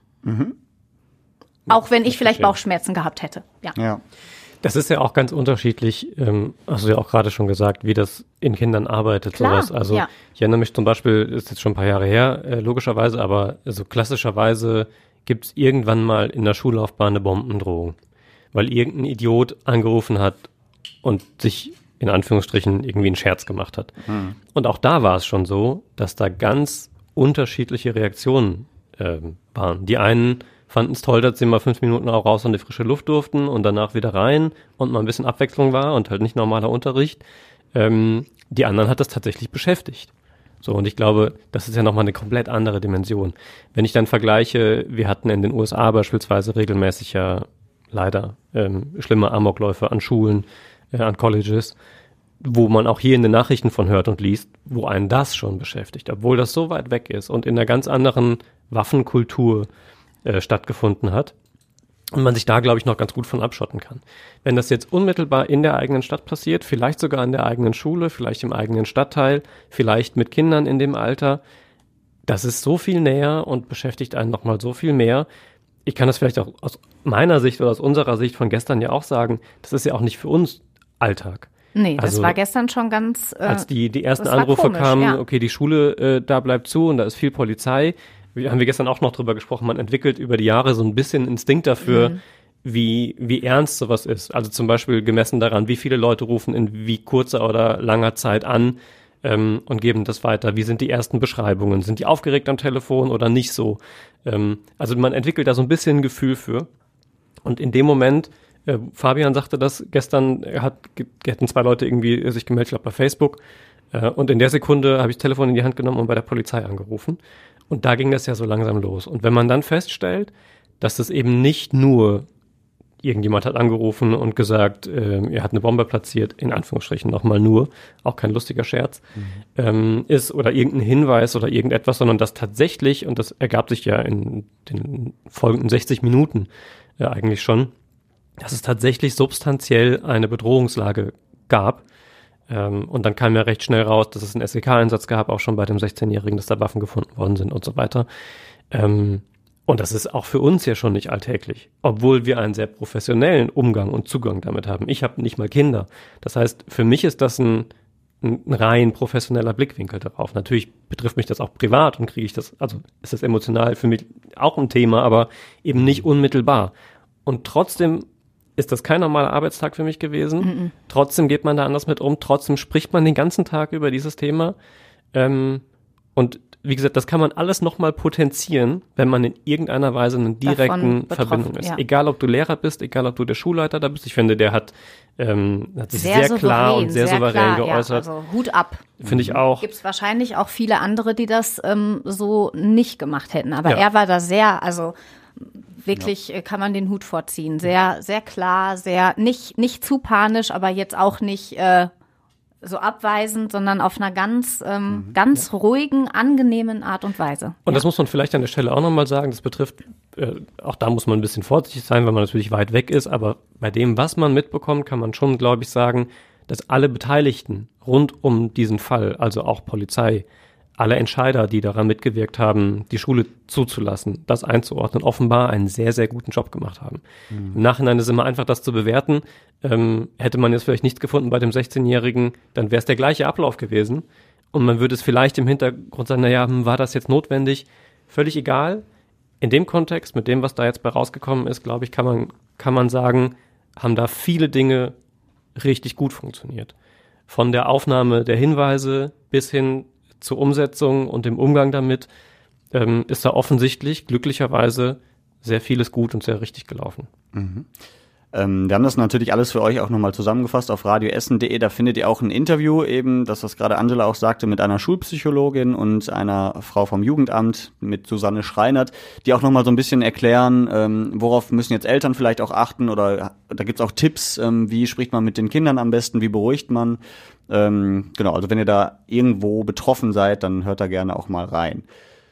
Auch wenn ich vielleicht Bauchschmerzen gehabt hätte. Ja. Das ist ja auch ganz unterschiedlich, hast du ja auch gerade schon gesagt, wie das in Kindern arbeitet. Klar, sowas. Also ja. Ich erinnere mich zum Beispiel, ist jetzt schon ein paar Jahre her, logischerweise, aber so klassischerweise gibt es irgendwann mal in der Schullaufbahn eine Bombendrohung, weil irgendein Idiot angerufen hat und sich in Anführungsstrichen irgendwie einen Scherz gemacht hat. Und auch da war es schon so, dass da ganz unterschiedliche Reaktionen waren. Die einen fanden es toll, dass sie mal 5 Minuten auch raus an die frische Luft durften und danach wieder rein und mal ein bisschen Abwechslung war und halt nicht normaler Unterricht. Die anderen hat das tatsächlich beschäftigt. So, und ich glaube, das ist ja nochmal eine komplett andere Dimension. Wenn ich dann vergleiche, wir hatten in den USA beispielsweise regelmäßig ja leider schlimme Amokläufe an Schulen, an Colleges, wo man auch hier in den Nachrichten von hört und liest, wo einen das schon beschäftigt, obwohl das so weit weg ist und in einer ganz anderen Waffenkultur stattgefunden hat und man sich da, glaube ich, noch ganz gut von abschotten kann. Wenn das jetzt unmittelbar in der eigenen Stadt passiert, vielleicht sogar in der eigenen Schule, vielleicht im eigenen Stadtteil, vielleicht mit Kindern in dem Alter, das ist so viel näher und beschäftigt einen nochmal so viel mehr. Ich kann das vielleicht auch aus meiner Sicht oder aus unserer Sicht von gestern ja auch sagen, das ist ja auch nicht für uns Alltag. Nee, das war gestern schon ganz als die ersten Anrufe kamen, okay, die Schule da bleibt zu und da ist viel Polizei. Haben wir gestern auch noch drüber gesprochen, man entwickelt über die Jahre so ein bisschen Instinkt dafür, wie ernst sowas ist. Also zum Beispiel gemessen daran, wie viele Leute rufen in wie kurzer oder langer Zeit an und geben das weiter. Wie sind die ersten Beschreibungen? Sind die aufgeregt am Telefon oder nicht so? Also man entwickelt da so ein bisschen ein Gefühl für. Und in dem Moment, Fabian sagte das gestern, hätten 2 Leute irgendwie sich gemeldet, ich glaube bei Facebook. Und in der Sekunde habe ich das Telefon in die Hand genommen und bei der Polizei angerufen. Und da ging das ja so langsam los. Und wenn man dann feststellt, dass das eben nicht nur irgendjemand hat angerufen und gesagt, er hat eine Bombe platziert, in Anführungsstrichen nochmal nur, auch kein lustiger Scherz, ist oder irgendein Hinweis oder irgendetwas, sondern das tatsächlich, und das ergab sich ja in den folgenden 60 Minuten eigentlich schon, dass es tatsächlich substanziell eine Bedrohungslage gab. Und dann kam ja recht schnell raus, dass es einen SEK-Einsatz gab, auch schon bei dem 16-Jährigen, dass da Waffen gefunden worden sind und so weiter. Und das ist auch für uns ja schon nicht alltäglich, obwohl wir einen sehr professionellen Umgang und Zugang damit haben. Ich habe nicht mal Kinder. Das heißt, für mich ist das ein rein professioneller Blickwinkel darauf. Natürlich betrifft mich das auch privat und kriege ich das, also ist das emotional für mich auch ein Thema, aber eben nicht unmittelbar. Und trotzdem ist das kein normaler Arbeitstag für mich gewesen. Trotzdem geht man da anders mit um. Trotzdem spricht man den ganzen Tag über dieses Thema. Und wie gesagt, das kann man alles nochmal potenzieren, wenn man in irgendeiner Weise in einer direkten Verbindung ist. Ja. Egal, ob du Lehrer bist, egal, ob du der Schulleiter da bist. Ich finde, der hat sich sehr klar und sehr souverän geäußert. Ja, also Hut ab. Finde ich auch. Gibt es wahrscheinlich auch viele andere, die das so nicht gemacht hätten. Aber er war da sehr, also wirklich kann man den Hut vorziehen. Sehr, sehr klar, sehr nicht zu panisch, aber jetzt auch nicht so abweisend, sondern auf einer ganz ruhigen, angenehmen Art und Weise. Und das muss man vielleicht an der Stelle auch nochmal sagen, das betrifft auch da muss man ein bisschen vorsichtig sein, weil man natürlich weit weg ist, aber bei dem, was man mitbekommt, kann man schon, glaube ich, sagen, dass alle Beteiligten rund um diesen Fall, also auch Polizei, alle Entscheider, die daran mitgewirkt haben, die Schule zuzulassen, das einzuordnen, offenbar einen sehr, sehr guten Job gemacht haben. Im Nachhinein ist immer einfach, das zu bewerten. Hätte man jetzt vielleicht nichts gefunden bei dem 16-Jährigen, dann wäre es der gleiche Ablauf gewesen. Und man würde es vielleicht im Hintergrund sagen, naja, war das jetzt notwendig? Völlig egal. In dem Kontext, mit dem, was da jetzt bei rausgekommen ist, glaube ich, kann man sagen, haben da viele Dinge richtig gut funktioniert. Von der Aufnahme der Hinweise bis hin zur Umsetzung und dem Umgang damit ist da offensichtlich, glücklicherweise, sehr vieles gut und sehr richtig gelaufen. Mhm. Wir haben das natürlich alles für euch auch nochmal zusammengefasst auf radioessen.de. Da findet ihr auch ein Interview eben, das was gerade Angela auch sagte, mit einer Schulpsychologin und einer Frau vom Jugendamt, mit Susanne Schreinert, die auch nochmal so ein bisschen erklären, worauf müssen jetzt Eltern vielleicht auch achten, oder da gibt's auch Tipps, wie spricht man mit den Kindern am besten, wie beruhigt man. Genau, also wenn ihr da irgendwo betroffen seid, dann hört da gerne auch mal rein.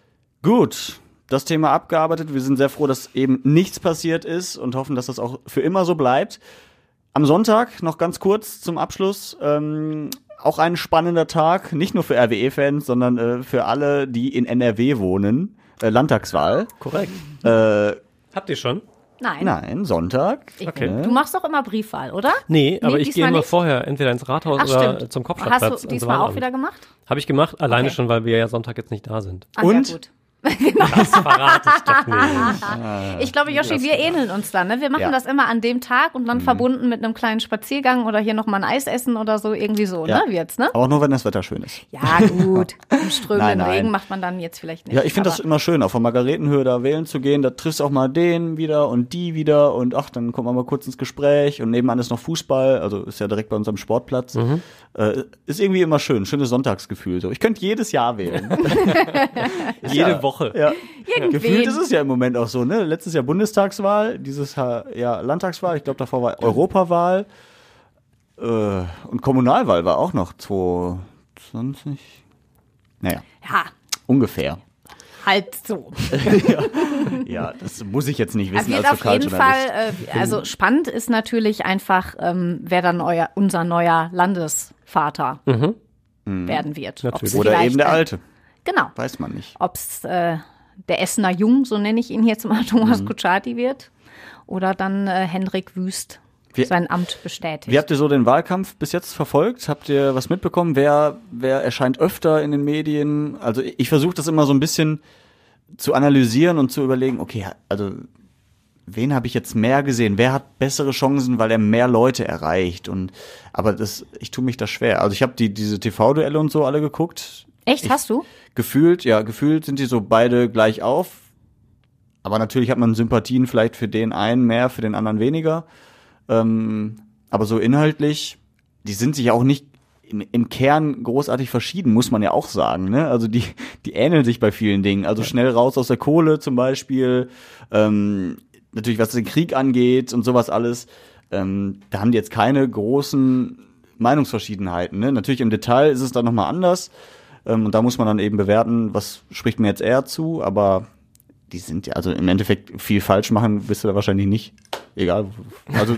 Gut. Das Thema abgearbeitet. Wir sind sehr froh, dass eben nichts passiert ist und hoffen, dass das auch für immer so bleibt. Am Sonntag, noch ganz kurz zum Abschluss, auch ein spannender Tag, nicht nur für RWE-Fans, sondern für alle, die in NRW wohnen. Landtagswahl. Korrekt. Habt ihr schon? Nein, Sonntag. Okay. Du machst doch immer Briefwahl, oder? Nee, aber ich gehe immer nicht? vorher entweder ins Rathaus oder zum Kopfstadtplatz. Hast du diesmal auch wieder gemacht? Habe ich gemacht, alleine schon, weil wir ja Sonntag jetzt nicht da sind. Ach, und? Ja, gut. Das verrate ich doch nicht. Ich glaube, Joshi, wir ähneln uns dann. Ne? Wir machen das immer an dem Tag und dann verbunden mit einem kleinen Spaziergang oder hier nochmal ein Eis essen oder so, irgendwie so, Ja. ne? Wird's, ne? Auch nur, wenn das Wetter schön ist. Ja, gut. Im strömenden Nein. Regen macht man dann jetzt vielleicht nicht. Ja, ich finde das immer schön, auf der Margaretenhöhe da wählen zu gehen. Da triffst du auch mal den wieder und die wieder und ach, dann kommt man mal kurz ins Gespräch und nebenan ist noch Fußball, also ist ja direkt bei unserem Sportplatz. Ist irgendwie immer schön, schönes Sonntagsgefühl. So, ich könnte jedes Jahr wählen. Jede Woche. Ja. Irgendwen. Gefühlt ist es ja im Moment auch so, ne? Letztes Jahr Bundestagswahl, dieses Jahr Landtagswahl, ich glaube davor war Europawahl und Kommunalwahl war auch noch 2020. Naja, Ja, ungefähr. halt so. Ja, das muss ich jetzt nicht wissen Wird als auf jeden Lokaljournalist. Fall, also spannend ist natürlich einfach, wer dann unser neuer Landesvater werden wird. Natürlich. Ob's Oder vielleicht, eben der Alte, Genau. weiß man nicht. Ob es der Essener Jung, so nenne ich ihn jetzt mal, Thomas Kutschaty wird, oder dann Hendrik Wüst sein Amt bestätigt. Wie habt ihr so den Wahlkampf bis jetzt verfolgt? Habt ihr was mitbekommen? Wer erscheint öfter in den Medien? Also ich versuche das immer so ein bisschen zu analysieren und zu überlegen, okay, also wen habe ich jetzt mehr gesehen? Wer hat bessere Chancen, weil er mehr Leute erreicht? Aber ich tue mich da schwer. Also ich habe diese TV-Duelle und so alle geguckt. Echt, hast du? Gefühlt sind die so beide gleich auf. Aber natürlich hat man Sympathien vielleicht für den einen mehr, für den anderen weniger. Aber so inhaltlich, die sind sich auch nicht im Kern großartig verschieden, muss man ja auch sagen, ne? Also die ähneln sich bei vielen Dingen. Also schnell raus aus der Kohle zum Beispiel. Natürlich, was den Krieg angeht und sowas alles. Da haben die jetzt keine großen Meinungsverschiedenheiten, ne? Natürlich im Detail ist es dann nochmal anders. Und da muss man dann eben bewerten, was spricht mir jetzt eher zu, aber die sind ja, also im Endeffekt viel falsch machen, wirst du da wahrscheinlich nicht. Egal. Also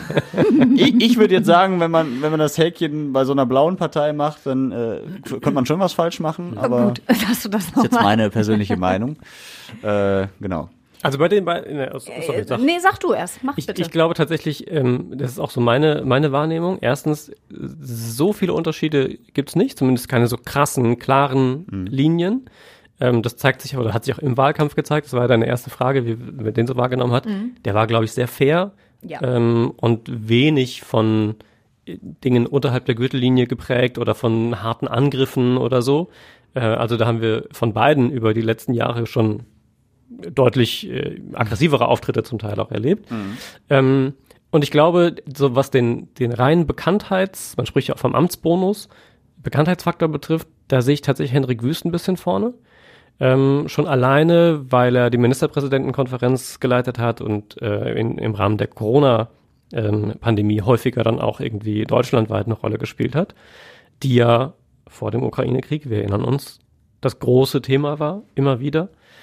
ich würde jetzt sagen, wenn man das Häkchen bei so einer blauen Partei macht, dann könnte man schon was falsch machen, aber Gut, dass du das ist jetzt nochmal. meine persönliche Meinung. Genau. Also bei den beiden, sorry, sag. Nee, sag du erst, mach bitte. Ich glaube tatsächlich, das ist auch so meine Wahrnehmung. Erstens, so viele Unterschiede gibt's nicht, zumindest keine so krassen, klaren Linien. Das zeigt sich, oder hat sich auch im Wahlkampf gezeigt, das war ja deine erste Frage, wie man den so wahrgenommen hat. Der war, glaube ich, sehr fair und wenig von Dingen unterhalb der Gürtellinie geprägt oder von harten Angriffen oder so. Also da haben wir von beiden über die letzten Jahre schon deutlich aggressivere Auftritte zum Teil auch erlebt. Und ich glaube, so was den reinen man spricht ja auch vom Amtsbonus, Bekanntheitsfaktor betrifft, da sehe ich tatsächlich Hendrik Wüst ein bisschen vorne. Schon alleine, weil er die Ministerpräsidentenkonferenz geleitet hat und im Rahmen der Corona-Pandemie häufiger dann auch irgendwie deutschlandweit eine Rolle gespielt hat, die ja vor dem Ukraine-Krieg, wir erinnern uns, das große Thema war, immer wieder.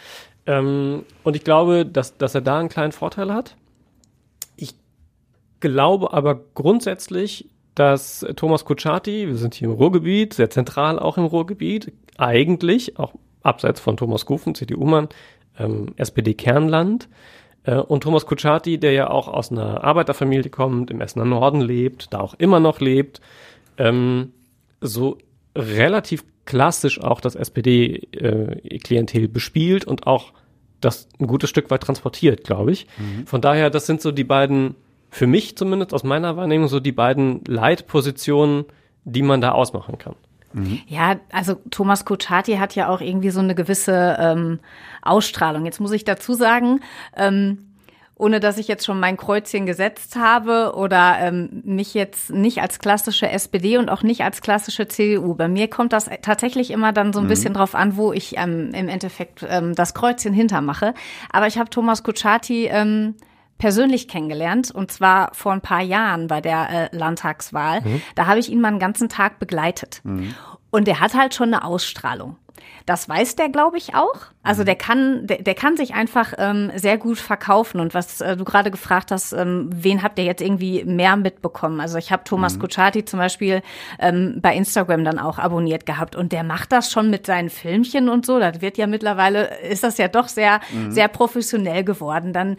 Und ich glaube, dass er da einen kleinen Vorteil hat. Ich glaube aber grundsätzlich, dass Thomas Kutschaty, wir sind hier im Ruhrgebiet, sehr zentral auch im Ruhrgebiet, eigentlich, auch abseits von Thomas Gufen, CDU-Mann, SPD-Kernland, und Thomas Kutschaty, der ja auch aus einer Arbeiterfamilie kommt, im Essener Norden lebt, da auch immer noch lebt, so relativ klassisch auch das SPD-Klientel bespielt und auch das ein gutes Stück weit transportiert, glaube ich. Von daher, das sind so die beiden, für mich zumindest aus meiner Wahrnehmung, so die beiden Leitpositionen, die man da ausmachen kann. Ja, also Thomas Kutschaty hat ja auch irgendwie so eine gewisse Ausstrahlung. Jetzt muss ich dazu sagen, ohne dass ich jetzt schon mein Kreuzchen gesetzt habe oder mich jetzt nicht als klassische SPD und auch nicht als klassische CDU. Bei mir kommt das tatsächlich immer dann so ein bisschen drauf an, wo ich im Endeffekt das Kreuzchen hintermache. Aber ich habe Thomas Kutschaty persönlich kennengelernt, und zwar vor ein paar Jahren bei der Landtagswahl. Da habe ich ihn mal einen ganzen Tag begleitet. Und der hat halt schon eine Ausstrahlung. Das weiß der, glaube ich, auch. Also der kann sich einfach sehr gut verkaufen. Und was du gerade gefragt hast, wen habt ihr jetzt irgendwie mehr mitbekommen? Also ich habe Thomas Kutschaty zum Beispiel bei Instagram dann auch abonniert gehabt. Und der macht das schon mit seinen Filmchen und so. Das wird ja mittlerweile, ist das ja doch sehr, sehr professionell geworden. Dann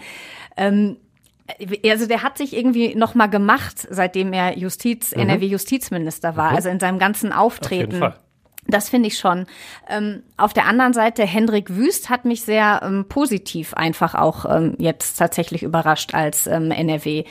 also der hat sich irgendwie noch mal gemacht, seitdem er NRW-Justizminister war, also in seinem ganzen Auftreten. Auf jeden Fall. Das finde ich schon. Auf der anderen Seite, Hendrik Wüst hat mich sehr positiv einfach auch jetzt tatsächlich überrascht als NRW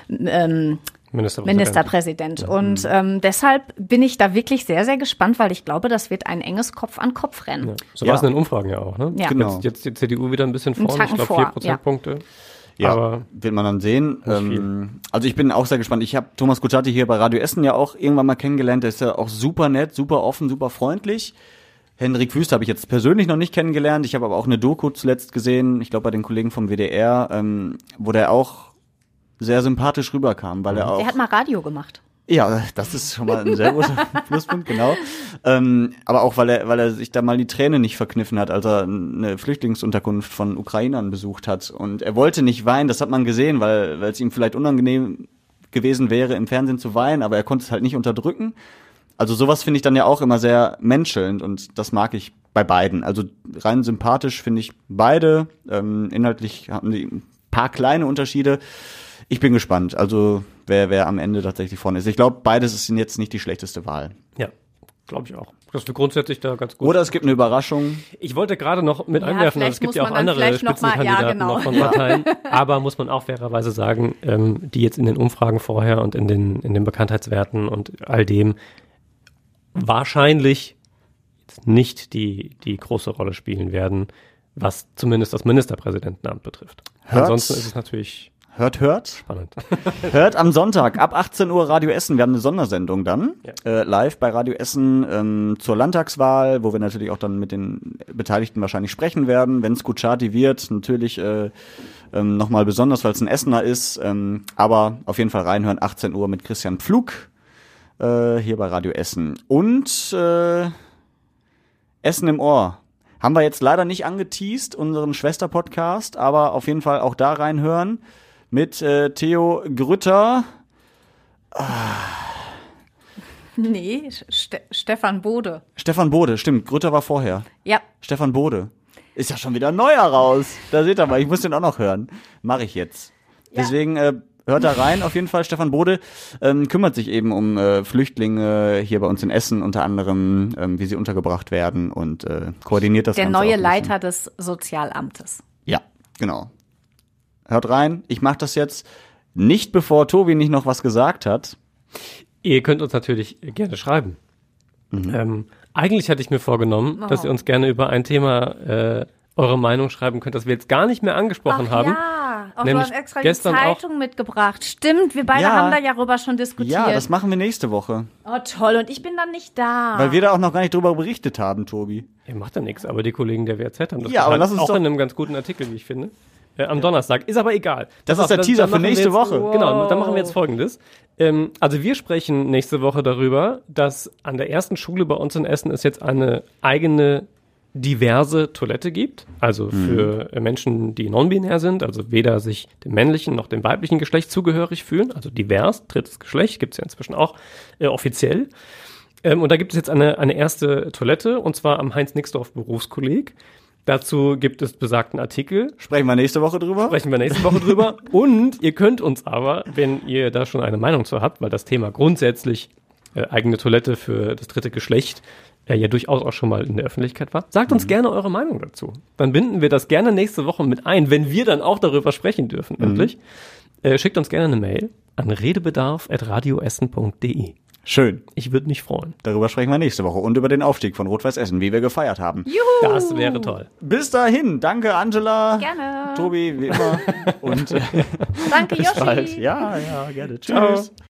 Ministerpräsident. Ja. Und deshalb bin ich da wirklich sehr, sehr gespannt, weil ich glaube, das wird ein enges Kopf-an-Kopf-Rennen. Ja. So war es in den Umfragen ja auch, ne? Ja. Genau. Jetzt die CDU wieder ein bisschen vorne, ich glaube 4 Prozentpunkte. Ja, aber wird man dann sehen. Also ich bin auch sehr gespannt. Ich habe Thomas Kutschaty hier bei Radio Essen ja auch irgendwann mal kennengelernt. Der ist ja auch super nett, super offen, super freundlich. Hendrik Wüst habe ich jetzt persönlich noch nicht kennengelernt. Ich habe aber auch eine Doku zuletzt gesehen, ich glaube bei den Kollegen vom WDR, wo der auch sehr sympathisch rüberkam, weil er auch... Der hat mal Radio gemacht. Ja, das ist schon mal ein sehr großer Pluspunkt, genau. Aber auch, weil er sich da mal die Träne nicht verkniffen hat, als er eine Flüchtlingsunterkunft von Ukrainern besucht hat. Und er wollte nicht weinen, das hat man gesehen, weil es ihm vielleicht unangenehm gewesen wäre, im Fernsehen zu weinen, aber er konnte es halt nicht unterdrücken. Also sowas finde ich dann ja auch immer sehr menschelnd und das mag ich bei beiden. Also rein sympathisch finde ich beide. Inhaltlich haben die ein paar kleine Unterschiede. Ich bin gespannt, also wer am Ende tatsächlich vorne ist. Ich glaube, beides ist jetzt nicht die schlechteste Wahl. Ja, glaube ich auch. Das wird grundsätzlich da ganz gut. Oder es gibt eine Überraschung. Ich wollte gerade noch mit einwerfen, also es gibt ja auch andere Spitzenkandidaten noch von Parteien. Aber muss man auch fairerweise sagen, die jetzt in den Umfragen vorher und in den Bekanntheitswerten und all dem wahrscheinlich nicht die große Rolle spielen werden, was zumindest das Ministerpräsidentenamt betrifft. Ansonsten ist es natürlich... Hört. Spannend. Hört am Sonntag ab 18 Uhr Radio Essen. Wir haben eine Sondersendung dann, live bei Radio Essen zur Landtagswahl, wo wir natürlich auch dann mit den Beteiligten wahrscheinlich sprechen werden. Wenn es Kutschaty wird, natürlich nochmal besonders, weil es ein Essener ist. Aber auf jeden Fall reinhören, 18 Uhr mit Christian Pflug hier bei Radio Essen. Und Essen im Ohr. Haben wir jetzt leider nicht angeteast, unseren Schwester-Podcast, aber auf jeden Fall auch da reinhören. Mit Theo Grütter. Nee, Stefan Bode. Stefan Bode, stimmt. Grütter war vorher. Ja. Stefan Bode. Ist ja schon wieder ein neuer raus. Da seht ihr mal, ich muss den auch noch hören. Mache ich jetzt. Ja. Deswegen hört da rein. Auf jeden Fall, Stefan Bode kümmert sich eben um Flüchtlinge hier bei uns in Essen, unter anderem, wie sie untergebracht werden und koordiniert das Ganze. Der neue Leiter des Sozialamtes. Ja, genau. Hört rein, ich mache das jetzt nicht, bevor Tobi nicht noch was gesagt hat. Ihr könnt uns natürlich gerne schreiben. Eigentlich hatte ich mir vorgenommen, dass ihr uns gerne über ein Thema eure Meinung schreiben könnt, das wir jetzt gar nicht mehr angesprochen haben. Ja, auch nämlich du hast extra die Zeitung mitgebracht. Stimmt, wir beide haben da ja darüber schon diskutiert. Ja, das machen wir nächste Woche. Oh toll, und ich bin dann nicht da. Weil wir da auch noch gar nicht drüber berichtet haben, Tobi. Ihr macht ja nichts, aber die Kollegen der WRZ haben das aber lass uns auch doch in einem ganz guten Artikel, wie ich finde. Am Donnerstag. Ist aber egal. Das ist der Teaser für nächste Woche. Wow. Genau, dann machen wir jetzt Folgendes. Also wir sprechen nächste Woche darüber, dass an der ersten Schule bei uns in Essen es jetzt eine eigene diverse Toilette gibt, also für Menschen, die non-binär sind, also weder sich dem männlichen noch dem weiblichen Geschlecht zugehörig fühlen, also divers, drittes Geschlecht, gibt es ja inzwischen auch offiziell. Und da gibt es jetzt eine erste Toilette, und zwar am Heinz-Nixdorf Berufskolleg. Dazu gibt es besagten Artikel. Sprechen wir nächste Woche drüber. Und ihr könnt uns aber, wenn ihr da schon eine Meinung zu habt, weil das Thema grundsätzlich eigene Toilette für das dritte Geschlecht ja durchaus auch schon mal in der Öffentlichkeit war. Sagt uns gerne eure Meinung dazu. Dann binden wir das gerne nächste Woche mit ein, wenn wir dann auch darüber sprechen dürfen, endlich. Schickt uns gerne eine Mail an redebedarf@radioessen.de. Schön. Ich würde mich freuen. Darüber sprechen wir nächste Woche und über den Aufstieg von Rot-Weiß Essen, wie wir gefeiert haben. Juhu! Das wäre toll. Bis dahin. Danke, Angela. Gerne. Tobi, wie immer. Und Danke, bis Yoshi. bald. Ja, gerne. Tschüss. Ciao.